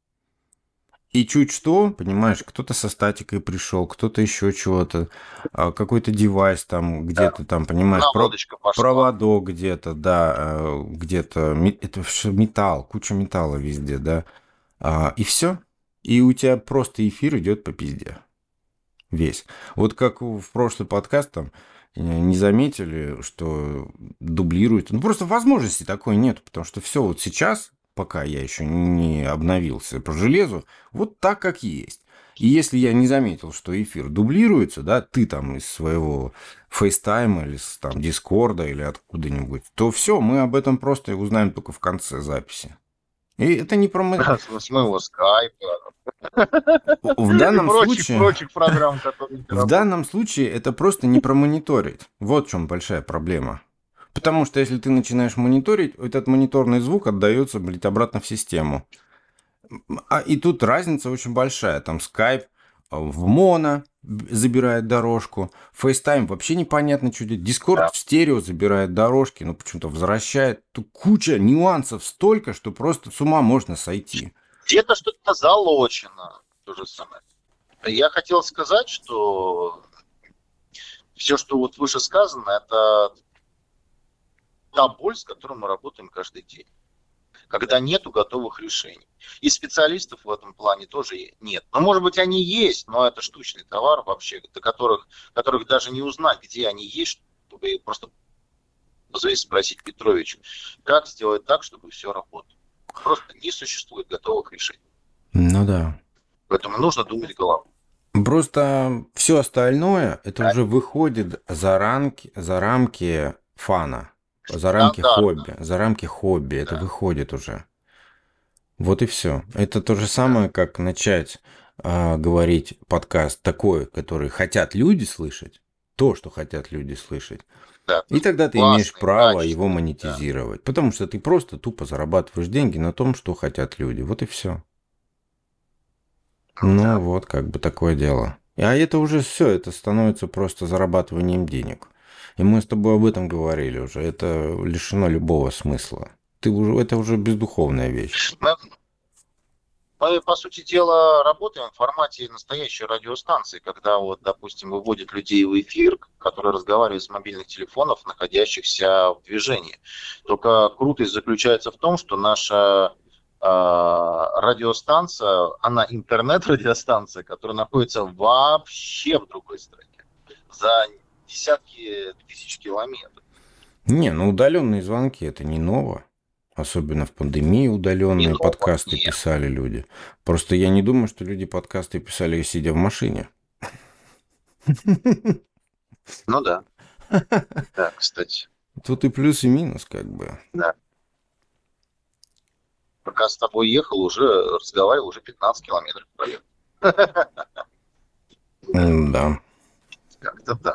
И чуть что, понимаешь, кто-то со статикой пришел, кто-то еще чего-то, какой-то девайс там Да. где-то там, понимаешь, Наводочка пошла. проводок где-то, да, где-то, это все металл, куча металла везде, да, и все. И у тебя просто эфир идет по пизде. Весь. Вот как в прошлый подкаст там не заметили, что дублирует. Ну, просто возможности такой нет, потому что все вот сейчас, пока я еще не обновился по железу, вот так, как есть. И если я не заметил, что эфир дублируется, да, ты там из своего фейстайма или с там Дискорда или откуда-нибудь, то все, мы об этом просто узнаем только в конце записи. И это не про... С моего скайпа В и данном прочих, случае прочих программ, которые В работают. данном случае это просто не промониторить. Вот в чем большая проблема. Потому что если ты начинаешь мониторить, этот мониторный звук отдается, блядь, обратно в систему. И тут разница очень большая. Там Skype в моно забирает дорожку. FaceTime вообще непонятно, что делать. Discord Да. в стерео забирает дорожки, но почему-то возвращает. Тут куча нюансов столько, что просто с ума можно сойти. Где-то что-то залочено. То же самое. Я хотел сказать, что все, что вот выше сказано, это та боль, с которой мы работаем каждый день. Когда нету готовых решений. И специалистов в этом плане тоже нет. Но, может быть, они есть, но это штучный товар вообще, до которых даже не узнать, где они есть, чтобы просто позвонить спросить Петровичу, как сделать так, чтобы все работало. Просто не существует готовых решений. Ну да. Поэтому нужно думать головой. Просто все остальное, это уже выходит за рамки фана, Стандартно. за рамки хобби, это Да. выходит уже. Вот и все. Это то же самое, как начать говорить подкаст такой, который хотят люди слышать, то, что хотят люди слышать. Да. И тогда ты имеешь Классный, право его качественный. Да. монетизировать, потому что ты просто тупо зарабатываешь деньги на том, что хотят люди. Вот и все. Ну, Да. вот, как бы такое дело. А это уже все, это становится просто зарабатыванием денег. И мы с тобой об этом говорили уже. Это лишено любого смысла. Это уже бездуховная вещь. Мы, по сути дела, работаем в формате настоящей радиостанции, когда, вот, допустим, выводят людей в эфир, которые разговаривают с мобильных телефонов, находящихся в движении. Только крутость заключается в том, что наша радиостанция, она интернет-радиостанция, которая находится вообще в другой стране, за десятки тысяч километров. Не, ну удаленные звонки это не ново. Особенно в пандемии Не удаленные ново, подкасты нет. писали люди. Просто я не думаю, что люди подкасты писали, сидя в машине. Ну да, да, кстати. Тут и плюс, и минус, как бы. Да. Пока с тобой ехал, уже разговаривал, уже 15 километров проехал. Да. Как-то да.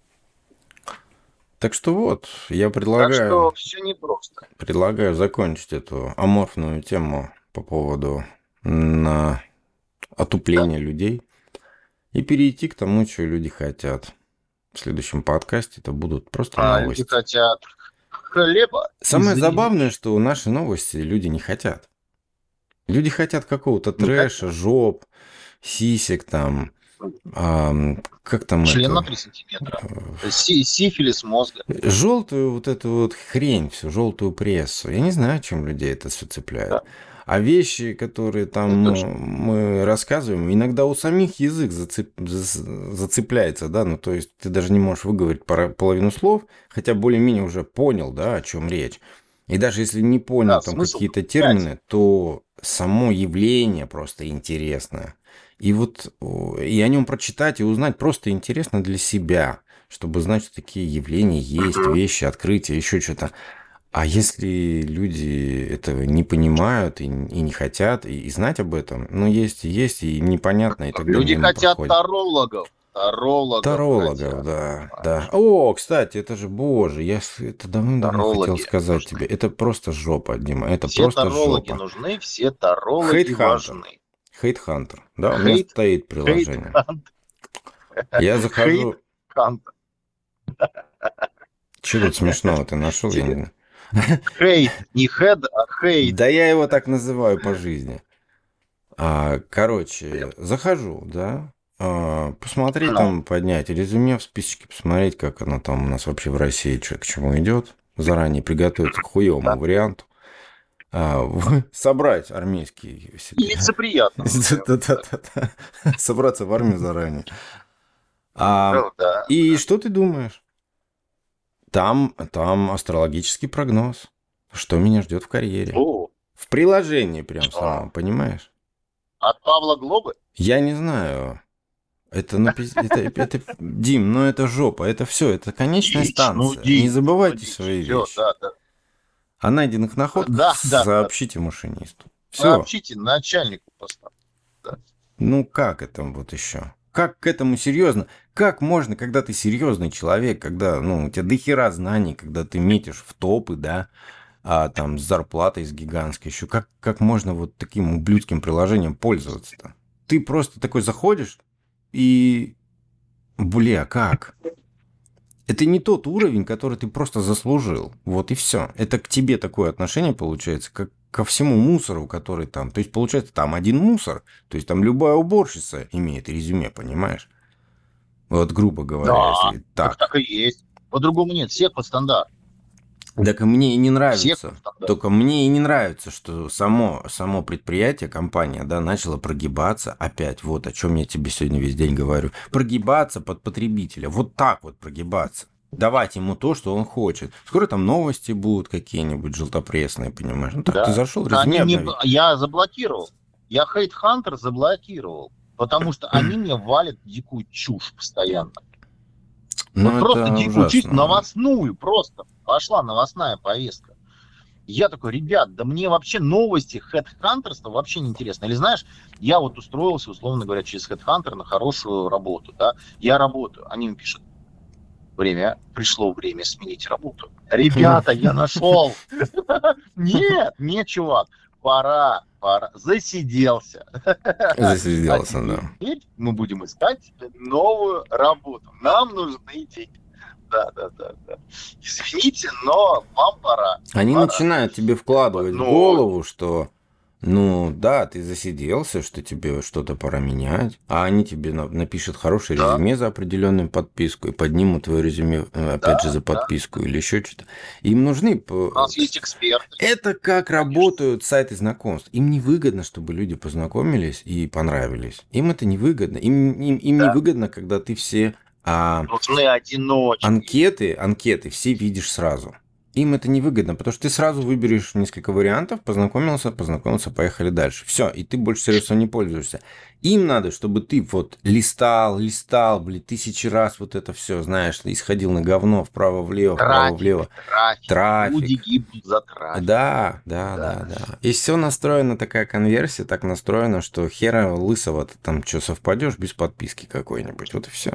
Так что вот, я Так что все непросто. предлагаю закончить эту аморфную тему по поводу на Да. отупления людей и перейти к тому, что люди хотят. В следующем подкасте это будут просто Люди новости. хотят хлеба и Самое забавное, зрелищ. что наши новости люди не хотят. Люди хотят какого-то Не трэша, хотят. жоп, сисек там, как там Член на это, 3 сантиметра. Сифилис мозга. желтую вот эту вот хрень, всю желтую прессу. Я не знаю, чем людей это все цепляет. Да. А вещи, которые там, Это ну, точно. мы рассказываем, иногда у самих язык зацепляется, да, ну, то есть ты даже не можешь выговорить половину слов, хотя более-менее уже понял, да, о чем речь. И даже если не Да, понял там смысл какие-то понятен. термины, то само явление просто интересное. И вот и о нем прочитать и узнать просто интересно для себя, чтобы знать, что такие явления есть, Мгм. вещи, открытия, еще что-то. А если люди этого не понимают и не хотят, и знать об этом, ну, есть, и непонятно, и тогда Люди мимо хотят проходят. тарологов. Тарологов Тарологов, хотят. да, да. Понимаешь? О, кстати, это же, боже, это давным-давно хотел Тарологи сказать нужны. тебе. Это просто жопа, Дима, это Все просто тарологи жопа. нужны, все тарологи Хейтхантер. важны. Хейтхантер, да, у меня Хейт, стоит хейт, приложение. хант, Я хейт, захожу... хант. Что тут смешного ты нашел? Я не знаю. Хейт, не хед, а хейт. Да я его так называю по жизни. Блин. Короче, захожу, да, посмотреть Ну, там, поднять резюме в списочке, посмотреть, как оно там у нас вообще в России, что к чему идет, заранее приготовиться к хуевому да. варианту, собрать армейский себе, Нелицеприятному варианту, да. Да-да-да-да. Собраться в армию заранее. А, Ну, да. И что ты думаешь? Там астрологический прогноз, что меня ждет в карьере. О, В приложении прям что? самом, понимаешь? От Павла Глобы? Я не знаю. Дим, ну это жопа, это все, это конечная станция. Не Ну забывайте дичь. свои Все, вещи. да, да. О найденных находках Да, да, да. сообщите машинисту. Все. Сообщите начальнику поста. Да. Ну как это вот еще? Как к этому серьезно? Как можно, когда ты серьезный человек, когда, ну, у тебя дохера знаний, когда ты метишь в топы, да, а там с зарплатой с гигантской еще, как можно вот таким ублюдским приложением пользоваться-то? Ты просто такой заходишь и... Бля, как? Это не тот уровень, который ты просто заслужил. Вот и все. Это к тебе такое отношение получается, как ко всему мусору, который там. То есть, получается, там один мусор. То есть, там любая уборщица имеет резюме, понимаешь? Вот, грубо говоря, Да, если так так. и есть. По-другому нет. Всех под стандарт. Так и мне и не Всех под нравится. стандарт. Только мне и не нравится, что само предприятие, компания, да, начала прогибаться опять. Вот о чем я тебе сегодня весь день говорю. Прогибаться под потребителя. Вот так вот прогибаться. Давать ему то, что он хочет. Скоро там новости будут какие-нибудь желтопресные, понимаешь? Ну так, ты Да. зашел Они резюме мне... обновить. Я заблокировал. Я Hate Hunter заблокировал. Потому что они мне валят дикую чушь постоянно. Вот Ну просто это дикую чушь, ужасно. новостную просто. Пошла новостная повестка. Я такой, ребят, да мне вообще новости хедхантерства вообще не интересно. Или знаешь, я вот устроился, условно говоря, через хедхантер на хорошую работу, да, я работаю, они мне пишут, пришло время сменить работу. Ребята, я нашел. Нет, нет, чувак, пора, засиделся. А Засиделся, да. теперь мы будем искать новую работу. Нам нужны деньги. Да, да, да, да. Извините, но вам пора. Они Пора. начинают тебе вкладывать в Ну, голову, что, ну да, ты засиделся, что тебе что-то пора менять, а они тебе напишут хорошее да, резюме за определенную подписку и поднимут твое резюме, опять же, да, за да. подписку или еще что-то. Им нужны... У нас есть эксперты, Это как конечно. работают сайты знакомств. Им не выгодно, чтобы люди познакомились и понравились. Им это не выгодно. Им не Да. выгодно, когда ты все Нужны одиночки. анкеты все видишь сразу. Им это невыгодно, потому что ты сразу выберешь несколько вариантов, познакомился, поехали дальше. Все, и ты больше сервисом не пользуешься. Им надо, чтобы ты вот листал, блин, тысячи раз вот это все, знаешь, исходил на говно вправо-влево, вправо-влево. Трафик. Люди Трафик. гибнут за трафик. Да. Да. И все настроено, такая конверсия так настроена, что хера лысого ты там что, совпадешь без подписки какой-нибудь. Вот и все.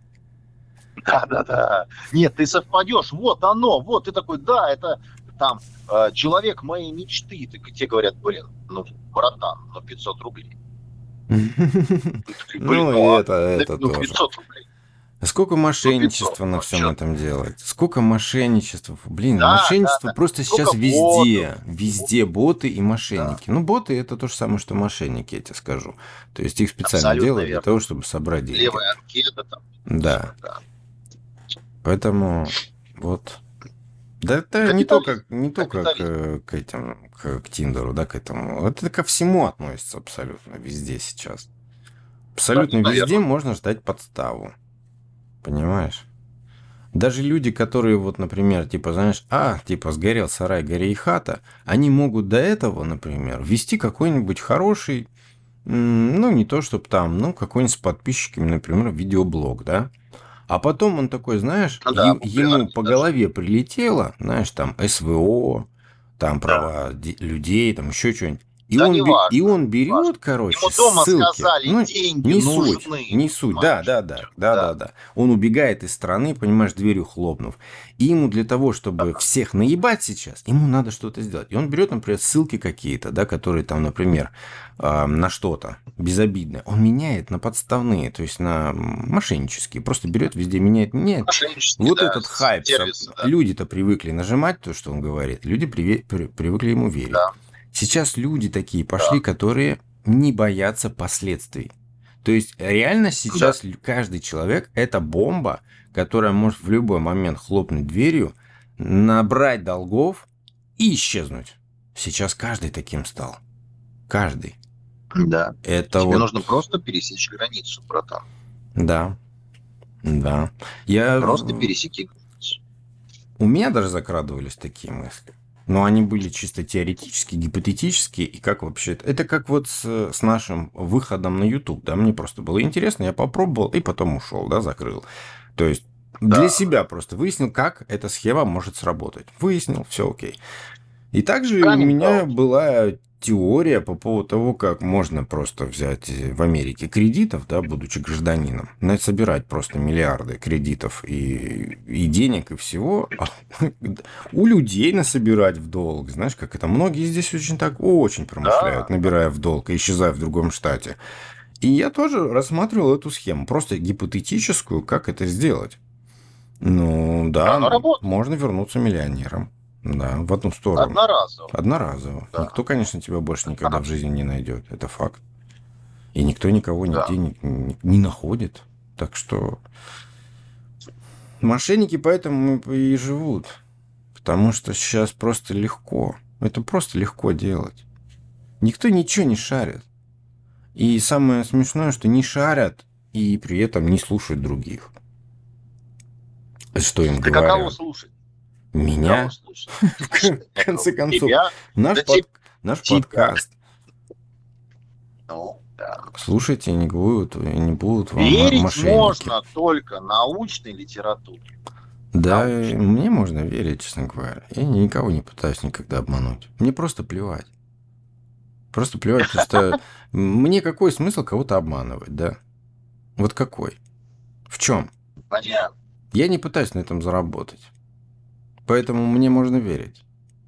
Да. Нет, ты совпадешь. Вот оно. Вот ты такой, да, это там человек моей мечты. Тебе говорят, блин, ну, братан, ну 500 рублей. Ты такой, блин, Ну, и ну ладно, это ну тоже. 500 рублей. Сколько Ну 500, мошенничества на ну всем что? этом делается? Сколько мошенничества? Блин, Да. мошенничество просто Сколько сейчас ботов. везде. Везде боты и Да, мошенники. Ну, боты это то же самое, что мошенники, я тебе скажу. То есть их специально абсолютно делают для верно. того, чтобы собрать деньги. Левая анкета там. Все, Да. да. Поэтому вот Да это Капитализм. не только Капитализм. к этим, к Тиндеру, да, к этому. Это ко всему относится абсолютно везде сейчас. Да, Абсолютно везде наверное. можно ждать подставу. Понимаешь? Даже люди, которые вот, например, типа, знаешь, типа, сгорел сарай, гори и хата, они могут до этого, например, вести какой-нибудь хороший, ну, не то чтобы там, ну, какой-нибудь с подписчиками, например, видеоблог, да? А потом он такой, знаешь, Ну да, ему популярность по даже. голове прилетело, знаешь, там СВО, там Да. права людей, там еще что-нибудь. Да, И неважно. он берет, Неважно. Ему короче, дома ссылки. сказали, Ну, деньги нужны, не суть. Да, понимаешь? да, да, Всё. да, Да. да, да. Он убегает из страны, понимаешь, дверью хлопнув. И ему для того, чтобы Да. всех наебать сейчас, ему надо что-то сделать. И он берет, например, ссылки какие-то, да, которые там, например, на что-то безобидное. Он меняет на подставные, то есть на мошеннические. Просто берет, везде меняет. Мошеннические, Вот да, этот хайп, сервисы, да. люди-то привыкли нажимать то, что он говорит, люди привыкли ему верить. Да, Сейчас люди такие пошли, да, которые не боятся последствий. То есть реально да. сейчас каждый человек – это бомба, которая может в любой момент хлопнуть дверью, набрать долгов и исчезнуть. Сейчас каждый таким стал. Каждый. Да. Это Тебе вот, нужно просто пересечь границу, братан. да, да. Я Просто пересеки границу. У меня даже закрадывались такие мысли. Но они были чисто теоретические, гипотетические. И как вообще... Это как вот с нашим выходом на YouTube, да? Мне просто было интересно, я попробовал и потом ушел, да, закрыл. То есть для Да. себя просто выяснил, как эта схема может сработать. Выяснил, все окей. И также у Каминг меня аут. была теория по поводу того, как можно просто взять в Америке кредитов, да, будучи гражданином, собирать просто миллиарды кредитов и денег, и всего, у людей насобирать в долг. Знаешь, как это? Многие здесь очень промышляют, Да. набирая в долг и исчезая в другом штате. И я тоже рассматривал эту схему, просто гипотетическую, как это сделать. Ну, да, Оно работает. можно вернуться миллионером. Да, в одну сторону. Одноразово. Одноразово. Да. Никто, конечно, тебя больше никогда в Одноразово. жизни не найдет. Это факт. И никто никого нигде Да. не находит. Так что мошенники поэтому и живут. Потому что сейчас просто легко. Это просто легко делать. Никто ничего не шарит. И самое смешное, что не шарят и при этом не слушают других. Что им Ты каково говорят? слушать? Кого Меня? слушать? В Слушать конце некого. концов, Тебя? наш, Да под, наш тебя. подкаст. Ну, да. Слушайте, не будут вам Верить мошенники. можно только научной литературе. Да, Научной. мне можно верить, честно говоря. Я никого не пытаюсь никогда обмануть. Мне просто плевать. Просто плевать, потому что мне какой смысл кого-то обманывать, да? Вот какой? В чем? Понятно. Я не пытаюсь на этом заработать. Поэтому мне можно верить.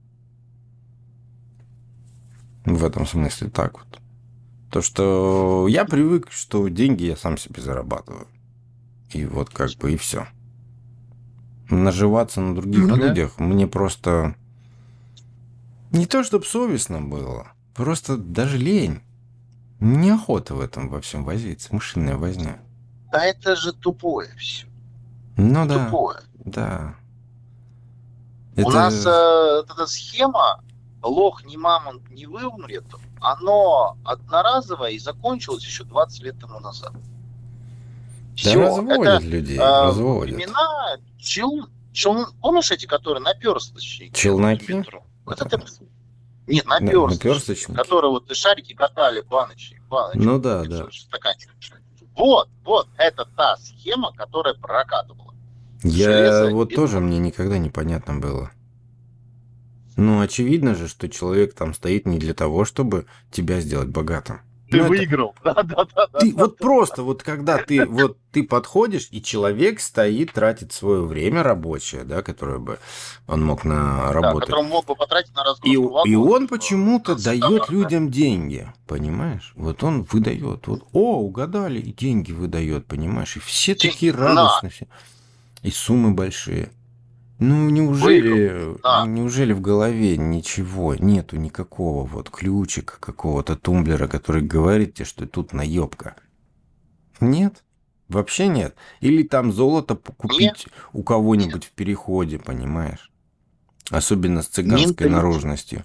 В этом смысле так вот. То, что я привык, что деньги я сам себе зарабатываю. И вот как бы и все. Наживаться на других Ну да. людях мне просто не то, чтобы совестно было, просто даже лень. Неохота в этом во всем возиться. Мышиная возня. Да это же тупое все. Ну да, Тупое. да. У нас Это... вот эта схема лох не мамонт не вымрет, оно одноразовое и закончилось еще 20 лет тому назад. Да Все. Это разводят людей, разводят. времена помнишь эти, которые наперсточники в Челноки? метро? Вот это нет, наперсточники, Наперсточники. которые вот шарики катали баночки, Ну да, да. стаканчик. Вот, это та схема, которая прокатывала. Я Железо, вот тоже бетон. мне никогда непонятно было. Ну, очевидно же, что человек там стоит не для того, чтобы тебя сделать богатым. Ты Ну, это выиграл. Да. ты вот просто вот когда ты подходишь, и человек стоит, тратит свое время рабочее, да, которое бы он мог Да, работать. который мог бы потратить на И разгрузку и вагонов. он почему-то дает людям деньги, понимаешь? Вот он выдает. Вот, угадали, и деньги выдает, понимаешь? И все такие На, радостные, все. И суммы большие. Ну, выиграл. На. неужели в голове ничего, нету никакого вот ключика, какого-то тумблера, который говорит тебе, что тут наебка? Нет, вообще нет. Или там золото Не, купить у кого-нибудь в переходе, понимаешь? Особенно с цыганской наружностью.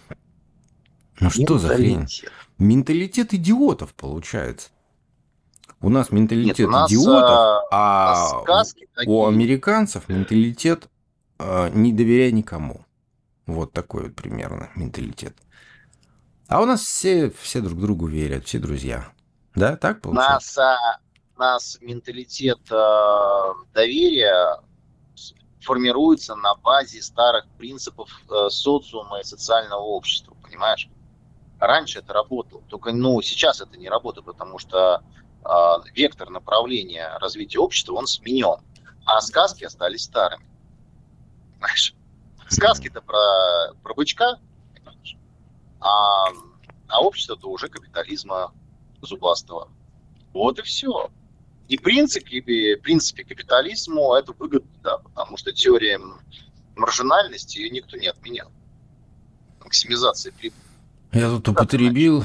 Ну что за хрень? Менталитет идиотов получается. У нас менталитет идиотов, а у американцев менталитет не доверяй никому. Вот такой вот примерно менталитет. А у нас все друг другу верят, все друзья. Да, так получается? Нас менталитет доверия формируется на базе старых принципов социума и социального общества, понимаешь? Раньше это работало, только сейчас это не работает, потому что вектор направления развития общества, он сменен, а сказки остались старыми. Понимаешь? Сказки-то про бычка, понимаешь? А общество-то уже капитализма зубастого. Вот и все. И в принципе капитализму это выгодно, да, потому что теория маржинальности ее никто не отменял. Максимизация прибыли. Я тут употребил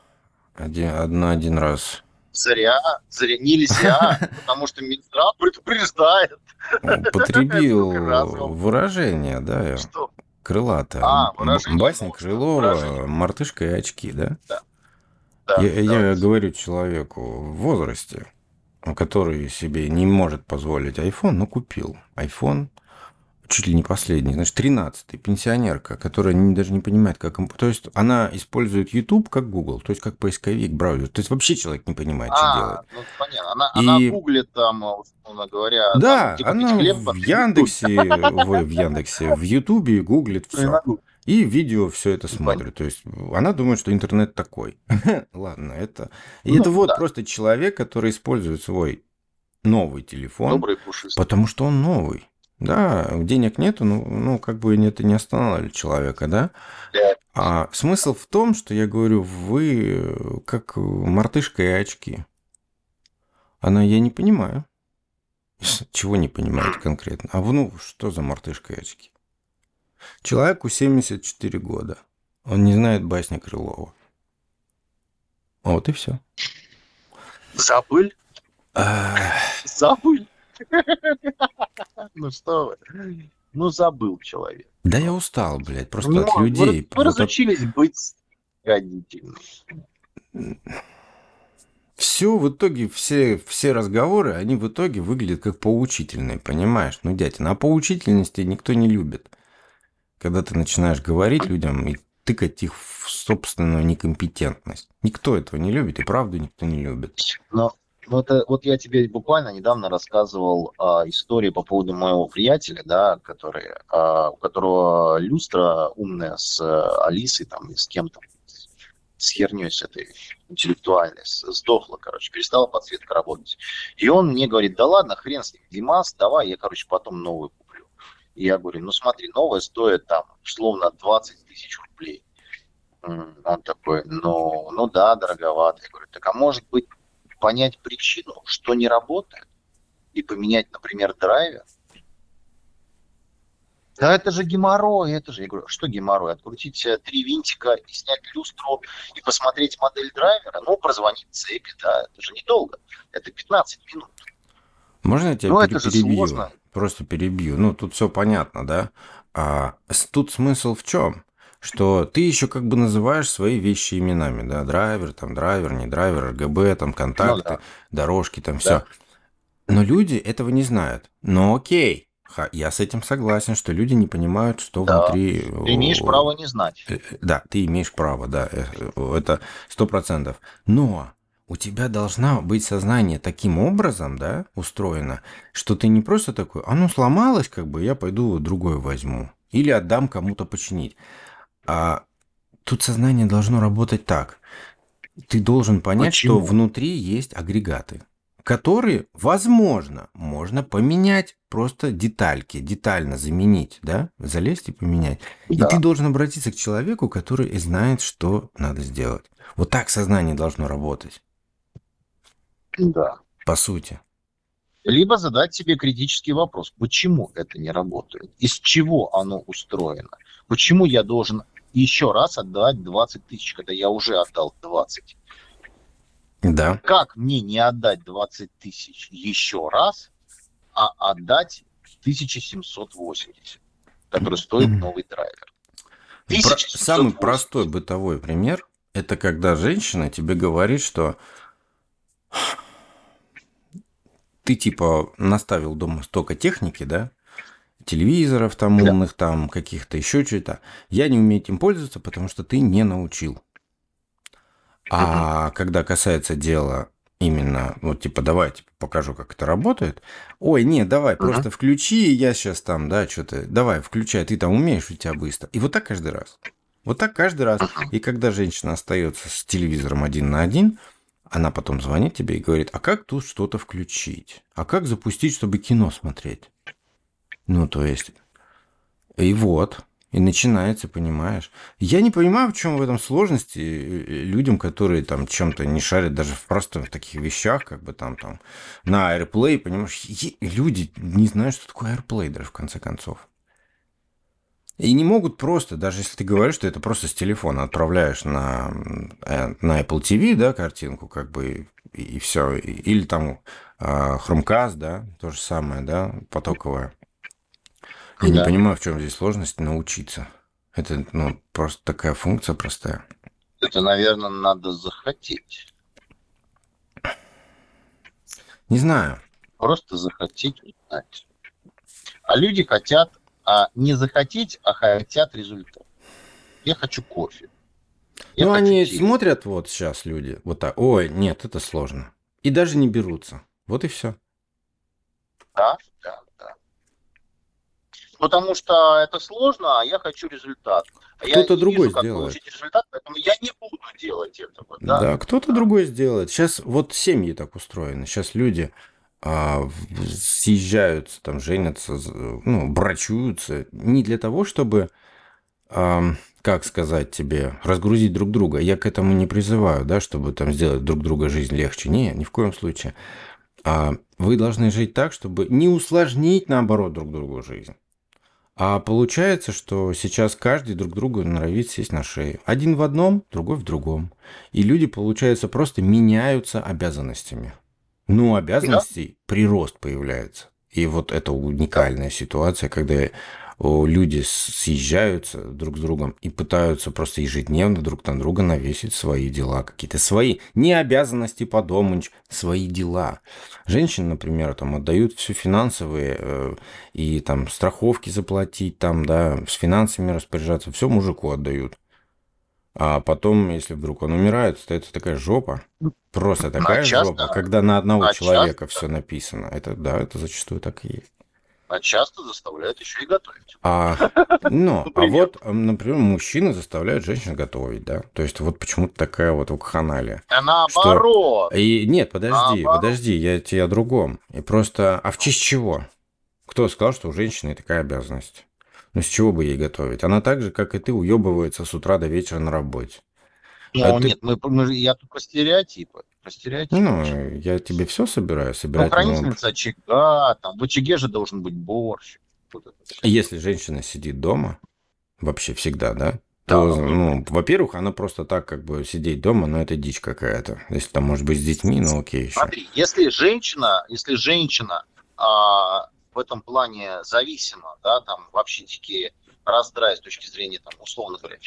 один раз. Зря нельзя, потому что Минздрав предупреждает. Употребил выражение, да, Что? Крылатое. Выражение. Басня Крылова «Мартышка и очки», да? Да. Я говорю человеку в возрасте, который себе не может позволить iPhone, но купил iPhone, чуть ли не последний, значит, 13-й, пенсионерка, которая даже не понимает, как... То есть она использует YouTube как Google, то есть как поисковик, браузер. То есть вообще человек не понимает, что делать. Ну, понятно. Она гуглит там, условно говоря... Да, там, она в Яндексе, в Ютубе гуглит все. И видео все это смотрит. То есть она думает, что интернет такой. Ладно, это... И это вот просто человек, который использует свой новый телефон, потому что он новый. Да, денег нету, как бы это не останавливает человека, да? А смысл в том, что я говорю, вы как мартышка и очки. Я не понимаю. Чего не понимает конкретно? Что за мартышка и очки? Человеку 74 года. Он не знает басни Крылова. Вот и все. Забыл? Забыл. Ну что вы? Забыл человек. Да я устал, блядь, просто от людей. Вы разучились быть родителями. Все в итоге, все разговоры, они в итоге выглядят как поучительные, понимаешь? Дядя, поучительности никто не любит. Когда ты начинаешь говорить людям и тыкать их в собственную некомпетентность. Никто этого не любит, и правду никто не любит. Вот я тебе буквально недавно рассказывал историю по поводу моего приятеля, да, у которого люстра умная с Алисой там, и с кем-то, с херней с этой интеллектуальной, сдохла, перестала подсветка работать. И он мне говорит, да ладно, хрен с ним, Димас, давай, я, потом новую куплю. И я говорю, смотри, новая стоит там, условно, 20 тысяч рублей. Он такой, да, дороговато. Я говорю, так а может быть, понять причину, что не работает, и поменять, например, драйвер. Да это же геморрой, Я говорю, что геморрой? Открутить 3 винтика и снять люстру и посмотреть модель драйвера? прозвонить цепи, да, это же недолго. Это 15 минут. Можно я тебя это же сложно. Просто перебью. Тут все понятно, да? Тут смысл в чем? Что ты еще называешь свои вещи именами, да, драйвер, не драйвер, РГБ, контакты, дорожки, все. Но люди этого не знают. Но окей, я с этим согласен, что люди не понимают, что внутри... Ты имеешь право не знать. Да, ты имеешь право, да, это 100%. Но у тебя должна быть сознание таким образом, да, устроено, что ты не просто такой, сломалось, я пойду другое возьму. Или отдам кому-то починить. А тут сознание должно работать так. Ты должен понять, что внутри есть агрегаты, которые, возможно, можно поменять, просто детально заменить, да, залезть и поменять. Да. И ты должен обратиться к человеку, который знает, что надо сделать. Вот так сознание должно работать. Да. По сути. Либо задать себе критический вопрос, почему это не работает, из чего оно устроено, почему я должен еще раз отдать 20 тысяч, когда я уже отдал 20. Да. Как мне не отдать 20 тысяч еще раз, а отдать 1780? который стоит новый драйвер. Самый простой 1780. бытовой пример – это когда женщина тебе говорит, что ты типа наставил дома столько техники, да, телевизоров там Да. умных, там каких-то еще что-то. Я не умею этим пользоваться, потому что ты не научил. А когда касается дела именно, вот типа, давай типа, покажу, как это работает. Ой, нет, давай, Мгм. просто включи, я сейчас там, да, что-то, давай, включай, ты там умеешь, у тебя быстро. И вот так каждый раз. Вот так каждый раз. И когда женщина остается с телевизором один на один, она потом звонит тебе и говорит, а как тут что-то включить? А как запустить, чтобы кино смотреть? Ну, то есть, и вот, и начинается, понимаешь. Я не понимаю, в чем в этом сложности людям, которые там чем-то не шарят, даже в просто в таких вещах, как бы там на AirPlay, понимаешь, люди не знают, что такое AirPlay даже в конце концов. И не могут просто, даже если ты говоришь, что это просто с телефона отправляешь на Apple TV, да, картинку, как бы, и все. Или там Chromecast, да, то же самое, да, потоковое. Я не Да. понимаю, в чем здесь сложность научиться. Это, ну, просто такая функция простая. Это, наверное, надо захотеть. Не знаю. Просто захотеть узнать. А люди хотят не захотеть, а хотят результат. Я хочу кофе. Я Ну, хочу они телек. смотрят вот сейчас люди, вот так, ой, нет, это сложно. И даже не берутся. Вот и все. Да, да, да. Потому что это сложно, а я хочу результат. А я Кто-то не вижу, другой как сделает. получить результат, поэтому я не буду делать этого. Да, Да, кто-то да. другой сделает. Сейчас вот семьи так устроены. Сейчас люди съезжаются, там, женятся, ну, брачуются не для того, чтобы как сказать тебе, разгрузить друг друга. Я к этому не призываю, да, чтобы там сделать друг друга жизнь легче. Не, ни в коем случае. Вы должны жить так, чтобы не усложнить, наоборот, друг другу жизнь. А получается, что сейчас каждый друг другу норовит сесть на шею. Один в одном, другой в другом. И люди, получается, просто меняются обязанностями. Ну, Да, обязанностей прирост появляется. И вот это да. уникальная ситуация, когда люди съезжаются друг с другом и пытаются просто ежедневно друг на друга навесить свои дела, какие-то свои, не обязанности по дому, свои дела. Женщины, например, там отдают все финансовые и там страховки заплатить, там, да, с финансами распоряжаться, все мужику отдают. А потом, если вдруг он умирает, то это такая жопа. Просто А такая жопа, часто, когда на одного а часто, человека все написано. Это да, это зачастую так и есть. а часто заставляют еще и готовить. А Например. вот, например, мужчины заставляют женщин готовить, да? То есть вот почему-то такая вот вакханалия. А Что... наоборот, И нет, подожди, наоборот. подожди, я тебе о другом. И просто, а в честь чего? Кто сказал, что у женщины такая обязанность? Ну, с чего бы ей готовить? Она так же, как и ты, уебывается с утра до вечера на работе. А Ну, ты, нет, я тут про стереотипы. Про стереотипы все. ну, я тебе все собираю, Ну, собирать, ну, хранительница очага, там, в очаге же должен быть борщ. Вот это все. если женщина сидит дома, вообще всегда, да, Да, то, ну, во-первых, она просто так как бы сидеть дома, ну, это дичь какая-то. Если там, может быть, с детьми, ну, окей еще. смотри, если женщина в этом плане зависима, да, там вообще дикие раздрай с точки зрения, там, условно говоря,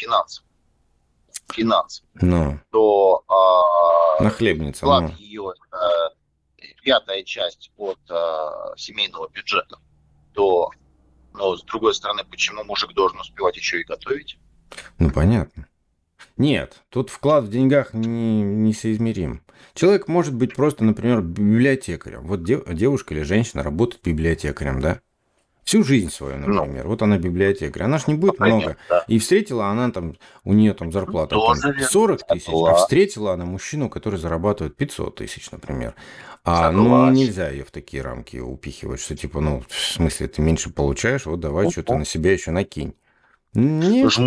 финансов, Ну, то нахлебница, вклад ну. ее пятая часть от семейного бюджета, то, но с другой стороны, почему мужик должен успевать еще и готовить? Ну, понятно. Нет, тут вклад в деньгах несоизмерим. Человек может быть просто, например, библиотекарем. Вот девушка или женщина работает библиотекарем, да? Всю жизнь свою, Ну, например. Вот она библиотекарь. Она ж не будет например, много. да. И встретила она там, у нее там зарплата там Тоже верно. 40 тысяч, а Согласен. встретила она мужчину, который зарабатывает 500 тысяч, например. Ну, Согласен. нельзя ее в такие рамки упихивать, что типа, ну, в смысле, ты меньше получаешь, вот давай что-то на себя еще накинь. Нет,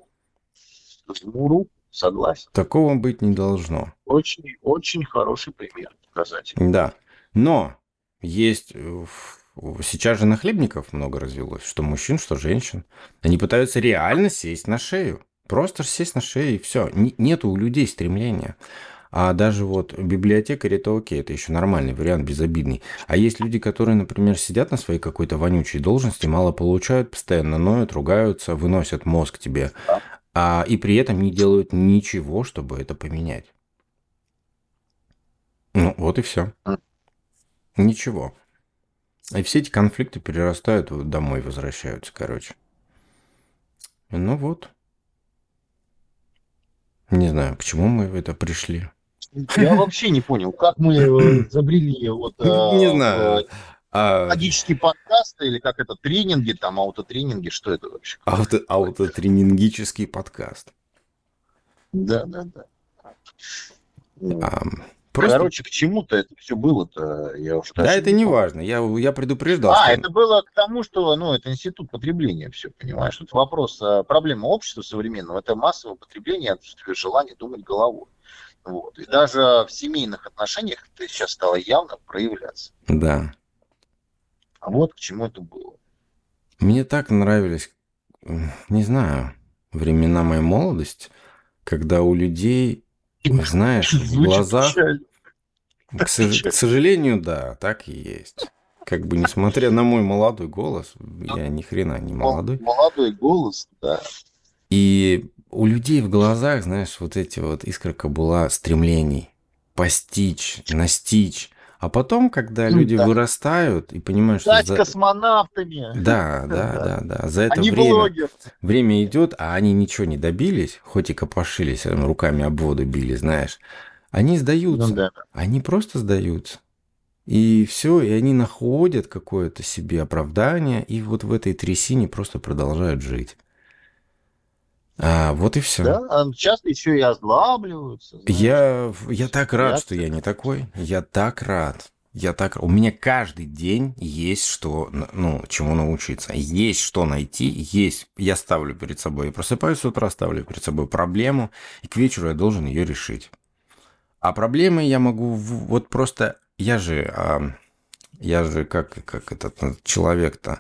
Жму руку, согласен. такого быть не должно. Очень, очень хороший пример показатель. Да. Но есть... Сейчас же нахлебников много развелось, что мужчин, что женщин. Они пытаются реально сесть на шею. Просто сесть на шею и все. Нету у людей стремления. А даже вот библиотекарь это окей, это еще нормальный вариант, безобидный. А есть люди, которые, например, сидят на своей какой-то вонючей должности, мало получают, постоянно ноют, ругаются, выносят мозг тебе, Да. и при этом не делают ничего, чтобы это поменять. Ну, вот и все. М. Ничего. И все эти конфликты перерастают, вот домой возвращаются, короче. Ну вот. Не знаю, к чему мы в это пришли. Я вообще не понял, как мы забрели вот Не в знаю. А, логические подкасты или как это, тренинги, там, аутотренинги, что это вообще? Кто это такой? Аутотренингический подкаст. Да, да, да. Ну, А, Просто, короче, к чему-то это все было-то, я уже да, даже это не не помню. важно. Я предупреждал, что... Это было к тому, что, ну, это институт потребления, все, понимаешь? Тут вопрос, проблема общества современного, это массовое потребление, отсутствие желания думать головой. Вот. И даже в семейных отношениях это сейчас стало явно проявляться. Да. А вот к чему это было. Мне так нравились, не знаю, времена моей молодости, когда у людей, знаешь, в Звучит глазах... печально. К сожалению, да, так и есть. Как бы, несмотря на мой молодой голос, я ни хрена не молодой. Молодой голос, да. И у людей в глазах, знаешь, вот эти вот искорка была стремлений постичь, настичь. А потом, когда люди Да. вырастают и понимают, что Стать космонавтами. да, за это Они блогеры. время идет, а они ничего не добились, хоть и копошились, руками об воду били, знаешь, они Ну сдаются. да. Они просто сдаются. И все, и они находят какое-то себе оправдание, и вот в этой трясине просто продолжают жить. Вот и все. Да, часто еще и озлабливаются, знаешь, там, Я так рад, что реакция. я не такой. Я так рад. У меня каждый день есть что, ну, чему научиться. Есть что найти, есть. Я ставлю перед собой, я просыпаюсь с утра, ставлю перед собой проблему, и к вечеру я должен ее решить. А проблемы я могу, вот просто, я же как этот человек-то,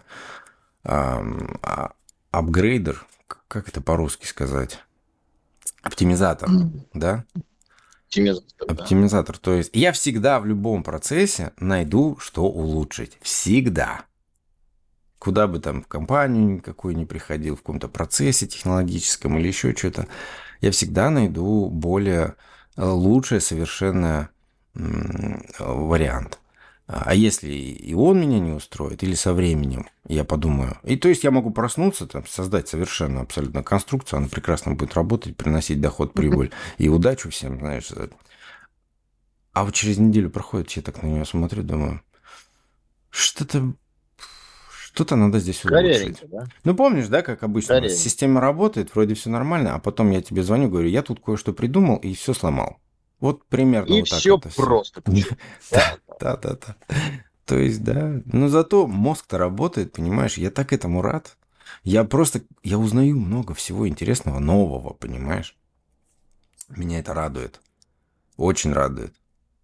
апгрейдер, как это по-русски сказать? Оптимизатор, да? Оптимизатор, да. Оптимизатор. То есть я всегда в любом процессе найду, что улучшить. Всегда. Куда бы там в компанию никакой не приходил, в каком-то процессе технологическом или еще что-то, я всегда найду более лучший совершенно вариант. А если и он меня не устроит, или со временем я подумаю. И то есть я могу проснуться, там, создать совершенно абсолютно конструкцию, она прекрасно будет работать, приносить доход, прибыль и удачу всем, знаешь. А вот через неделю проходит, я так на нее смотрю, думаю, что-то надо здесь улучшить. Корявенько, да? Ну, помнишь, да, как обычно, у нас Корявенько. система работает, вроде все нормально, а потом я тебе звоню, говорю, я тут кое-что придумал и все сломал. Вот примерно И вот так все это все. просто. Почему? Да? Да. То есть, да. Но зато мозг-то работает, понимаешь? Я так этому рад. Я узнаю много всего интересного, нового, понимаешь? Меня это радует. Очень радует.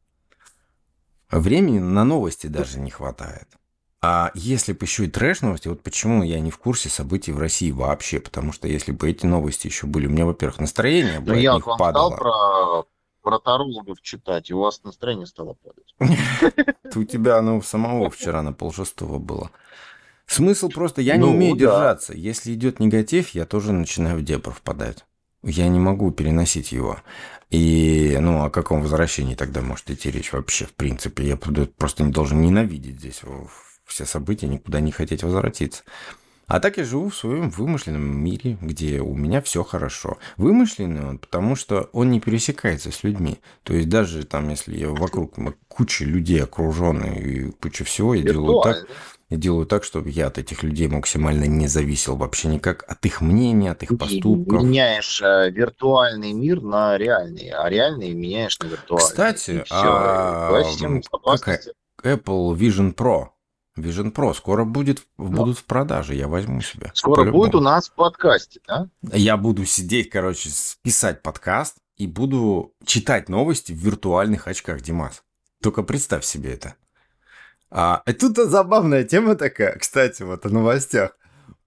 Времени на новости даже не хватает. А если бы еще и трэш-новости, вот почему я не в курсе событий в России вообще? Потому что если бы эти новости еще были, у меня, во-первых, настроение Ну, бы от я вот них вам стал падало. про тарологов читать, и у вас настроение стало падать. У тебя оно самого вчера на 5:30 было. Смысл просто, я не Ну, умею да. держаться. Если идет негатив, я тоже начинаю в депр впадать. Я не могу переносить его. И, ну, о каком возвращении тогда может идти речь вообще, в принципе? Я просто не должен ненавидеть здесь все события, никуда не хотеть возвратиться. А так я живу в своем вымышленном мире, где у меня все хорошо. Вымышленный он, потому что он не пересекается с людьми. То есть даже там, если я вокруг куча людей окруженный и куча всего, Виртуально. я делаю так, чтобы я от этих людей максимально не зависел вообще никак от их мнения, от их поступков. Меняешь виртуальный мир на реальный, а реальный меняешь на виртуальный. И Кстати, все. Твоя система какая безопасности. Apple Vision Pro? Vision Pro скоро будут в продаже, я возьму себе. Скоро будет у По-любому. нас в подкасте, да? Я буду сидеть, короче, писать подкаст и буду читать новости в виртуальных очках, Димас. Только представь себе это. И тут забавная тема такая, кстати, вот о новостях.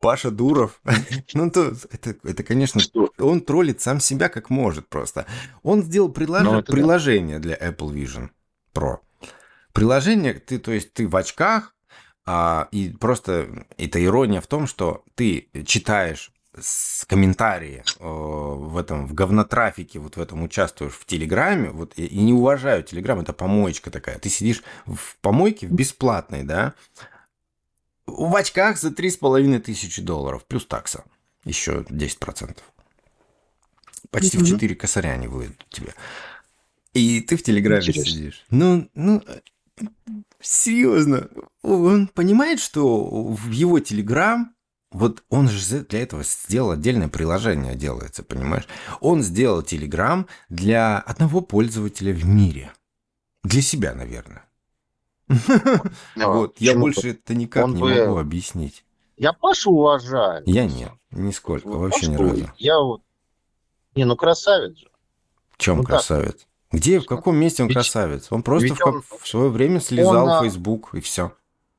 Паша Дуров. Ну, это, конечно, Что? он троллит сам себя как может просто. Он сделал Ну, это да. приложение для Apple Vision Pro. Приложение, то есть ты в очках, и просто это ирония в том, что ты читаешь комментарии в говнотрафике, вот в этом участвуешь в Телеграме, вот, и не уважаю Телеграм, это помоечка такая. Ты сидишь в помойке в бесплатной, да, в очках за $3500, плюс такса, еще 10%. Почти в 4 косаря они выйдут тебе. И ты в Телеграме Интересно. сидишь. Ну, серьезно. Он понимает, что в его Телеграм, вот он же для этого сделал отдельное приложение, делается, понимаешь? Он сделал Телеграм для одного пользователя в мире. Для себя, наверное. Вот, я Почему? больше это никак Он не могу бы... объяснить. Я Пашу уважаю. Я нет, нисколько, Вот вообще ни Пашу, разу. я вот... Не, ну красавец же. В чем Ну так, красавец? Где, в каком месте он ведь, красавец? Он просто ведь он... в свое время Он... слезал Facebook, и все.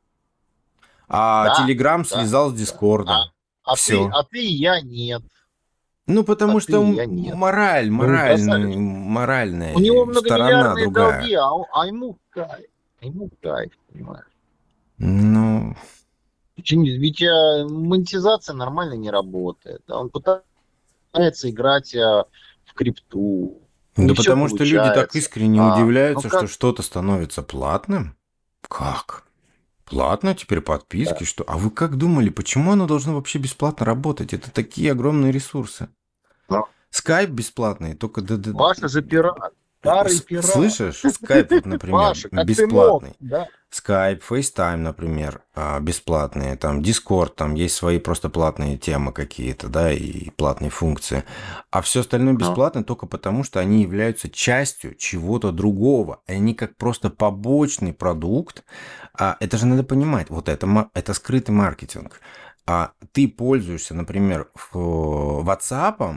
А Да, Телеграм да, слезал с да. Дискорда. Все. А ты и я нет. Ну, А потому ты что и я нет. Ну, красавец. У него моральная сторона многомиллиардные другая. долги, а ему кайф. Ему кайф, понимаешь? Ну, Ведь монетизация нормально не работает. Он пытается играть в крипту. Не да все потому что люди так получается. искренне Ну удивляются, что как? что-то становится платным. Как? Платно теперь подписки, Да. что? А вы как думали, почему оно должно вообще бесплатно работать? Это такие огромные ресурсы. Но Скайп бесплатный, только Паша же пират. Старый пират. Слышишь? Скайп, вот, например, Паша, как ты мог? бесплатный. Да. Skype, FaceTime, например, бесплатные. Там Discord, там есть свои просто платные темы какие-то, да, и платные функции. А все остальное бесплатно только потому, что они являются частью чего-то другого. Они как просто побочный продукт. Это же надо понимать. Вот это скрытый маркетинг. Ты пользуешься, например, WhatsApp,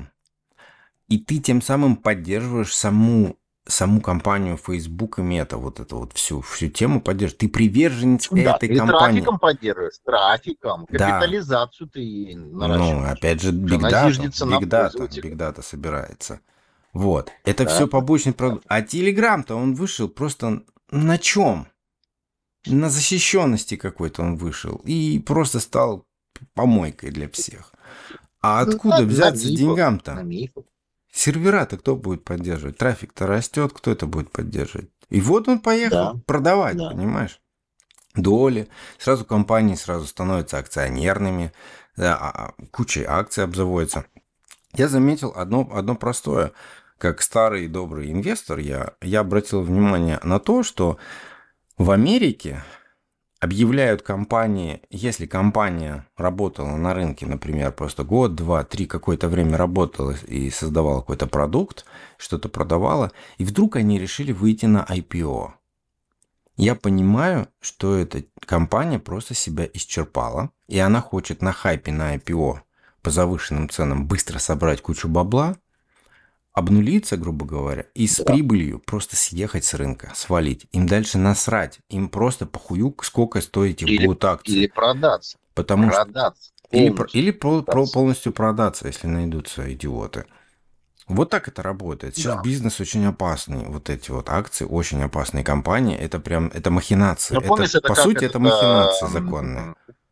и ты тем самым поддерживаешь саму компанию Facebook и Meta, вот эту вот всю тему поддерживаешь. Ты приверженец Да, этой ты компании. трафиком поддерживаешь, трафиком. Да. Капитализацию ты наращиваешь. Ну, опять же, Она зиждется на пользователе. Big Data собирается. Вот. Это Да. все побочный продукт. А Telegram-то он вышел просто на чем? На защищенности какой-то он вышел. И просто стал помойкой для всех. А откуда взяться деньгам-то? На мифах. Сервера-то кто будет поддерживать? Трафик-то растет, кто это будет поддерживать? И вот он поехал продавать, понимаешь? Доли. Сразу компании сразу становятся акционерными. Да, кучей акций обзаводится. Я заметил одно простое. Как старый добрый инвестор, я обратил внимание на то, что в Америке объявляют компании, если компания работала на рынке, например, просто год, два, три, какое-то время работала и создавала какой-то продукт, что-то продавала, и вдруг они решили выйти на IPO. Я понимаю, что эта компания просто себя исчерпала, и она хочет на хайпе на IPO по завышенным ценам быстро собрать кучу бабла, обнулиться, грубо говоря, и с прибылью просто съехать с рынка, свалить. Им дальше насрать. Им просто похую, сколько стоить их будут акции. Или продаться. Потому продаться. Или полностью продаться, если найдутся идиоты. Вот так это работает. Сейчас бизнес очень опасный. Вот эти вот акции очень опасные компании. Это прям, это махинации. Но помнишь, по сути, это махинации законные.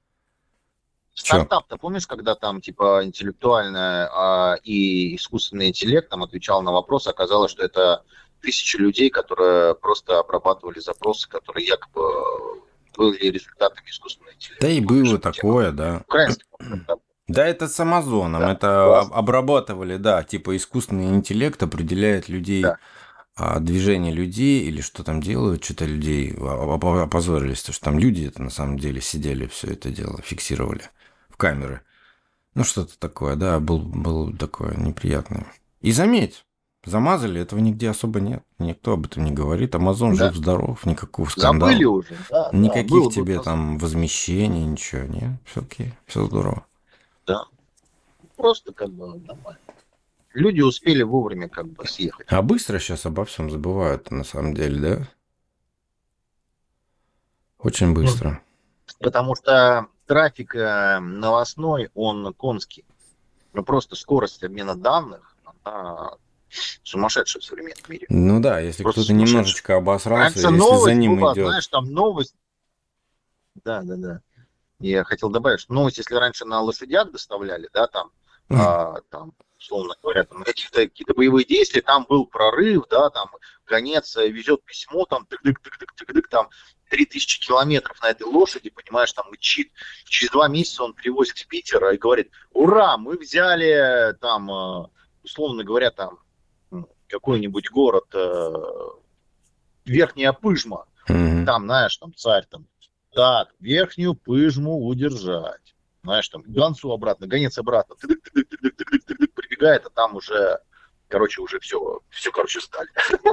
Стартап-то помнишь, когда там типа интеллектуальное и искусственный интеллект там отвечал на вопрос, оказалось, что это 1000 людей, которые просто обрабатывали запросы, которые якобы были результатами искусственного интеллекта. Да и было такое, да. Да, это с Амазоном. Да, это классно. Обрабатывали, да, типа искусственный интеллект определяет людей, движение людей или что там делают, что-то людей опозорились, то что там люди это на самом деле сидели, все это дело фиксировали в камеры. Ну, что-то такое, да, был такое неприятное. И заметь, замазали, этого нигде особо нет. Никто об этом не говорит. Амазон жив-здоров, никакого скандала. Забыли уже, никаких тебе там возмещений, ничего, нет, все окей, все здорово. Да. Просто как бы нормально. Люди успели вовремя как бы съехать. А быстро сейчас обо всем забывают, на самом деле, да? Очень быстро. Потому что трафик новостной, он конский. Ну, просто скорость обмена данных, она сумасшедшая в современном мире. Ну да, если Просто кто-то сумасшедшая. немножечко обосрался, Раньше если за новость ним была, идет. знаешь, там новость. Да, да, да. Я хотел добавить, что новость, если раньше на лошадях доставляли, да, там, условно говоря, там какие-то боевые действия, там был прорыв, да, там гонец везет письмо, там, тык-дык, там 3000 километров на этой лошади, понимаешь, там мчит. Через 2 месяца он привозит в Питер и говорит: ура, мы взяли, там, условно говоря, там, какой-нибудь город, Верхняя Пыжма, Мгм. там, знаешь, там царь, там, так, Верхнюю Пыжму удержать. Знаешь, там, гонцу обратно, гонец обратно, прибегает, а там уже, короче, уже все, короче, сдали.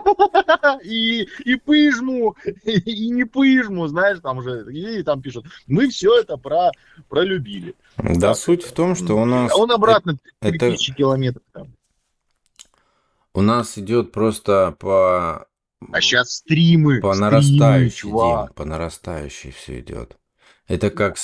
И Пыжму, и не Пыжму, знаешь, там уже, и там пишут, мы все это пролюбили. Да, Так суть это. в том, что у А нас он обратно это 3000 километров там. у нас идет просто А сейчас стримы, по нарастающей, Дим, чувак. по нарастающей все идет. Это как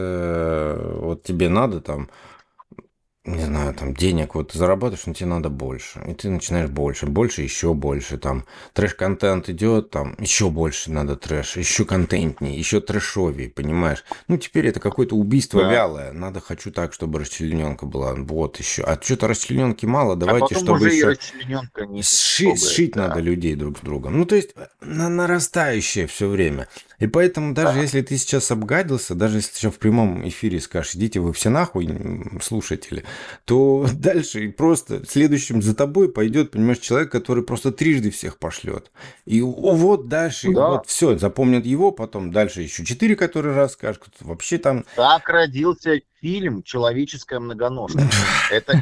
вот тебе надо там, не знаю, там денег вот ты зарабатываешь, но тебе надо больше. И ты начинаешь больше, еще больше. Там трэш-контент идет, там еще больше надо трэш, еще контентнее, еще трэшовее, понимаешь? Ну, теперь это какое-то убийство Да. вялое. Надо, хочу так, чтобы расчлененка была. Вот еще. А что-то расчлененки мало, А давайте, потом чтобы уже и еще расчлененка не трогает, сшить надо да. людей друг с другом. Ну, то есть, нарастающее все время. И поэтому даже Да. если ты сейчас обгадился, даже если сейчас в прямом эфире скажешь, идите вы все нахуй, слушатели, то дальше и просто следующим за тобой пойдет, понимаешь, человек, который просто трижды всех пошлет. И вот дальше, и Да. вот все, запомнят его, потом дальше еще 4, которые расскажут. Вообще там... Так родился фильм «Человеческая многоножка». Это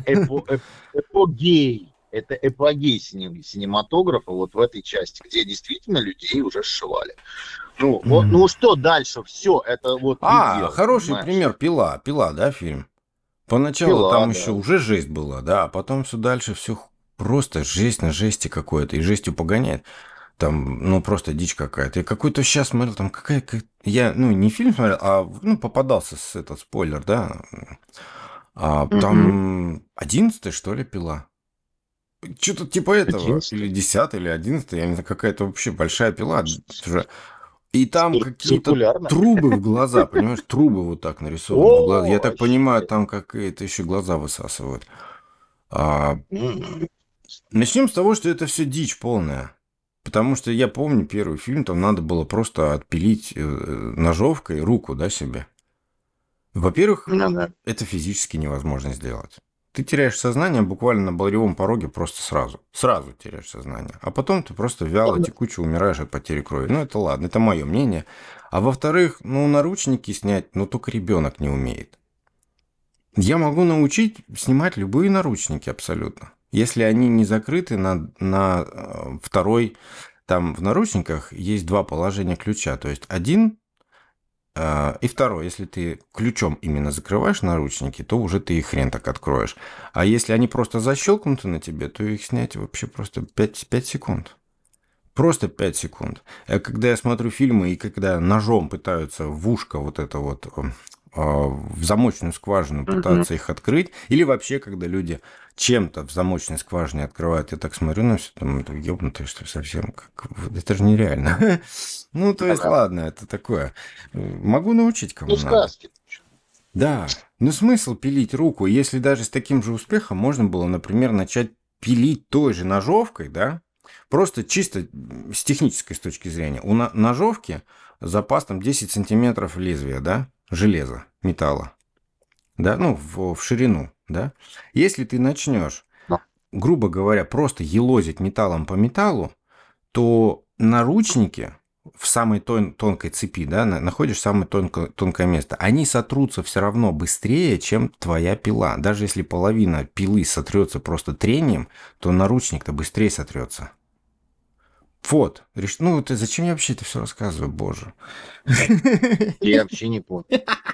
эпогей. Это эпогей синематографа вот в этой части, где действительно людей уже сшивали. Ну что дальше? Все, это вот предел, Хороший понимаешь? пример «Пила». «Пила», да, фильм? Поначалу Пила, там еще да. уже жесть была, да, а потом все дальше все просто жесть на жести какое-то, и жестью погоняет. Там, ну, просто дичь какая-то. Я какой-то сейчас смотрел, там Я, ну, не фильм смотрел, а, ну, попадался с этот спойлер, да. А Угу. там 11 что ли, пила? Что-то типа этого. Или 11. 10 или 11, я не знаю, какая-то вообще большая пила. Уже. И там какие-то Циркулярно. трубы в глаза, понимаешь, трубы вот так нарисованы в глаза. О, Я так понимаю, вообще. там какие-то еще глаза высасывают. А, Мгм. начнем с того, что это все дичь полная. Потому что я помню первый фильм, там надо было просто отпилить ножовкой руку, да, себе. Во-первых, Ну да. это физически невозможно сделать. Ты теряешь сознание буквально на болевом пороге просто сразу. Сразу теряешь сознание. А потом ты просто вяло, текуче умираешь от потери крови. Ну, это ладно, это мое мнение. А во-вторых, ну, наручники снять, ну, только ребенок не умеет. Я могу научить снимать любые наручники абсолютно. Если они не закрыты на второй... Там в наручниках есть два положения ключа. То есть один и второй. Если ты ключом именно закрываешь наручники, то уже ты их хрен так откроешь. А если они просто защелкнуты на тебе, то их снять вообще просто 5 секунд. Просто 5 секунд. Когда я смотрю фильмы и когда ножом пытаются в ушко вот это вот в замочную скважину Мгм. пытаться их открыть, или вообще, когда люди чем-то в замочной скважине открывают, я так смотрю на все, там, это ёбнутое, что ли, совсем, это же нереально. Ну, то есть, Да-да. ладно, это такое. Могу научить, Ну, кому надо. сказки. Да, но смысл пилить руку, если даже с таким же успехом можно было, например, начать пилить той же ножовкой, да, просто чисто с технической точки зрения. У ножовки запас там 10 сантиметров лезвия, да, железа, металла, да, ну, в ширину, да. Если ты начнешь, Да. грубо говоря, просто елозить металлом по металлу, то наручники в самой тонкой цепи, да, находишь самое тонкое место, они сотрутся все равно быстрее, чем твоя пила. Даже если половина пилы сотрется просто трением, то наручник-то быстрее сотрется. Вот. Ну, это зачем я вообще это все рассказываю, боже. Я вообще не понял.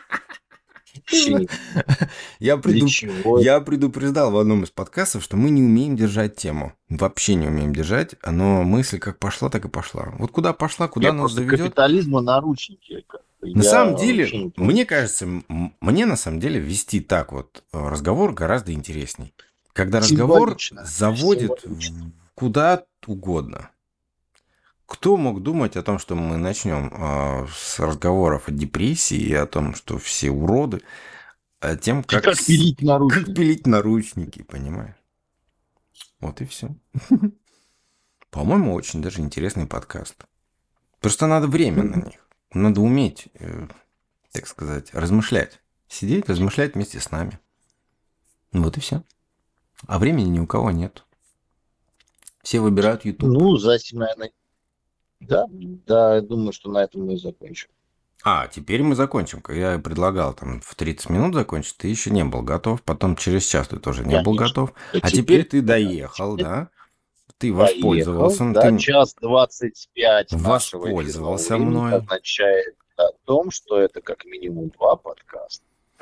Вообще не понял. Я, Для преду... чего это? я предупреждал в одном из подкастов, что мы не умеем держать тему. Вообще не умеем держать, но мысль как пошла, так и пошла. Вот куда пошла, куда Я нас просто заведет. капитализма наручники. На Я самом вообще деле, не понимаю. мне кажется, мне на самом деле вести так вот разговор гораздо интересней. Когда разговор Символично. заводит Символично. куда угодно. Кто мог думать о том, что мы начнем с разговоров о депрессии и о том, что все уроды, а тем, как, Как пилить как наручники. пилить наручники, понимаешь? Вот и все. По-моему, очень даже интересный подкаст. Просто надо время на них. Надо уметь, так сказать, размышлять. Сидеть, размышлять вместе с нами. Вот и все. А времени ни у кого нет. Все выбирают YouTube. Ну, Зайцев, наверное, да, да, я думаю, что на этом мы и закончим. Теперь мы закончим. Я предлагал там в 30 минут закончить, ты еще не был готов. Потом через час ты тоже не был Конечно. готов. Да А теперь ты да, доехал, теперь да? Ты поехал. воспользовался. Да, Ты час 25 нашего эфирного воспользовался времени мной. означает о том, что это как минимум 2 подкаста.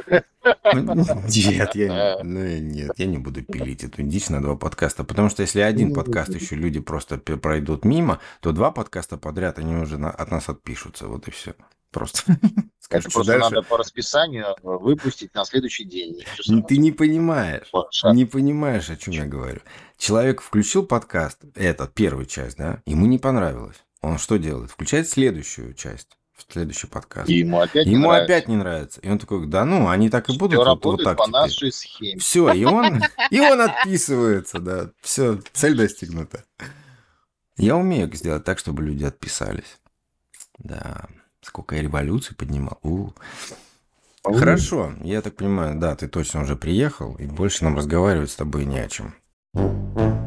Нет, я не буду пилить эту дичь на 2 подкаста, потому что если один подкаст еще люди просто пройдут мимо, то 2 подкаста подряд, они уже от нас отпишутся, вот и все. Просто скажут, Это что просто дальше. надо по расписанию выпустить на следующий день. Ты не понимаешь, Шаг. не понимаешь, о чем я говорю. Человек включил подкаст, первую часть, да, ему не понравилось. Он что делает? Включает следующую часть. В следующий подкаст. И ему опять не Ему нравится. опять не нравится. И он такой, да ну, они так и Все будут вот работает так по теперь. нашей схеме. Все, и он отписывается, да. Все, цель достигнута. Я умею сделать так, чтобы люди отписались. Да, сколько я революций поднимал. Хорошо, я так понимаю, да, ты точно уже приехал, и больше нам разговаривать с тобой не о чем.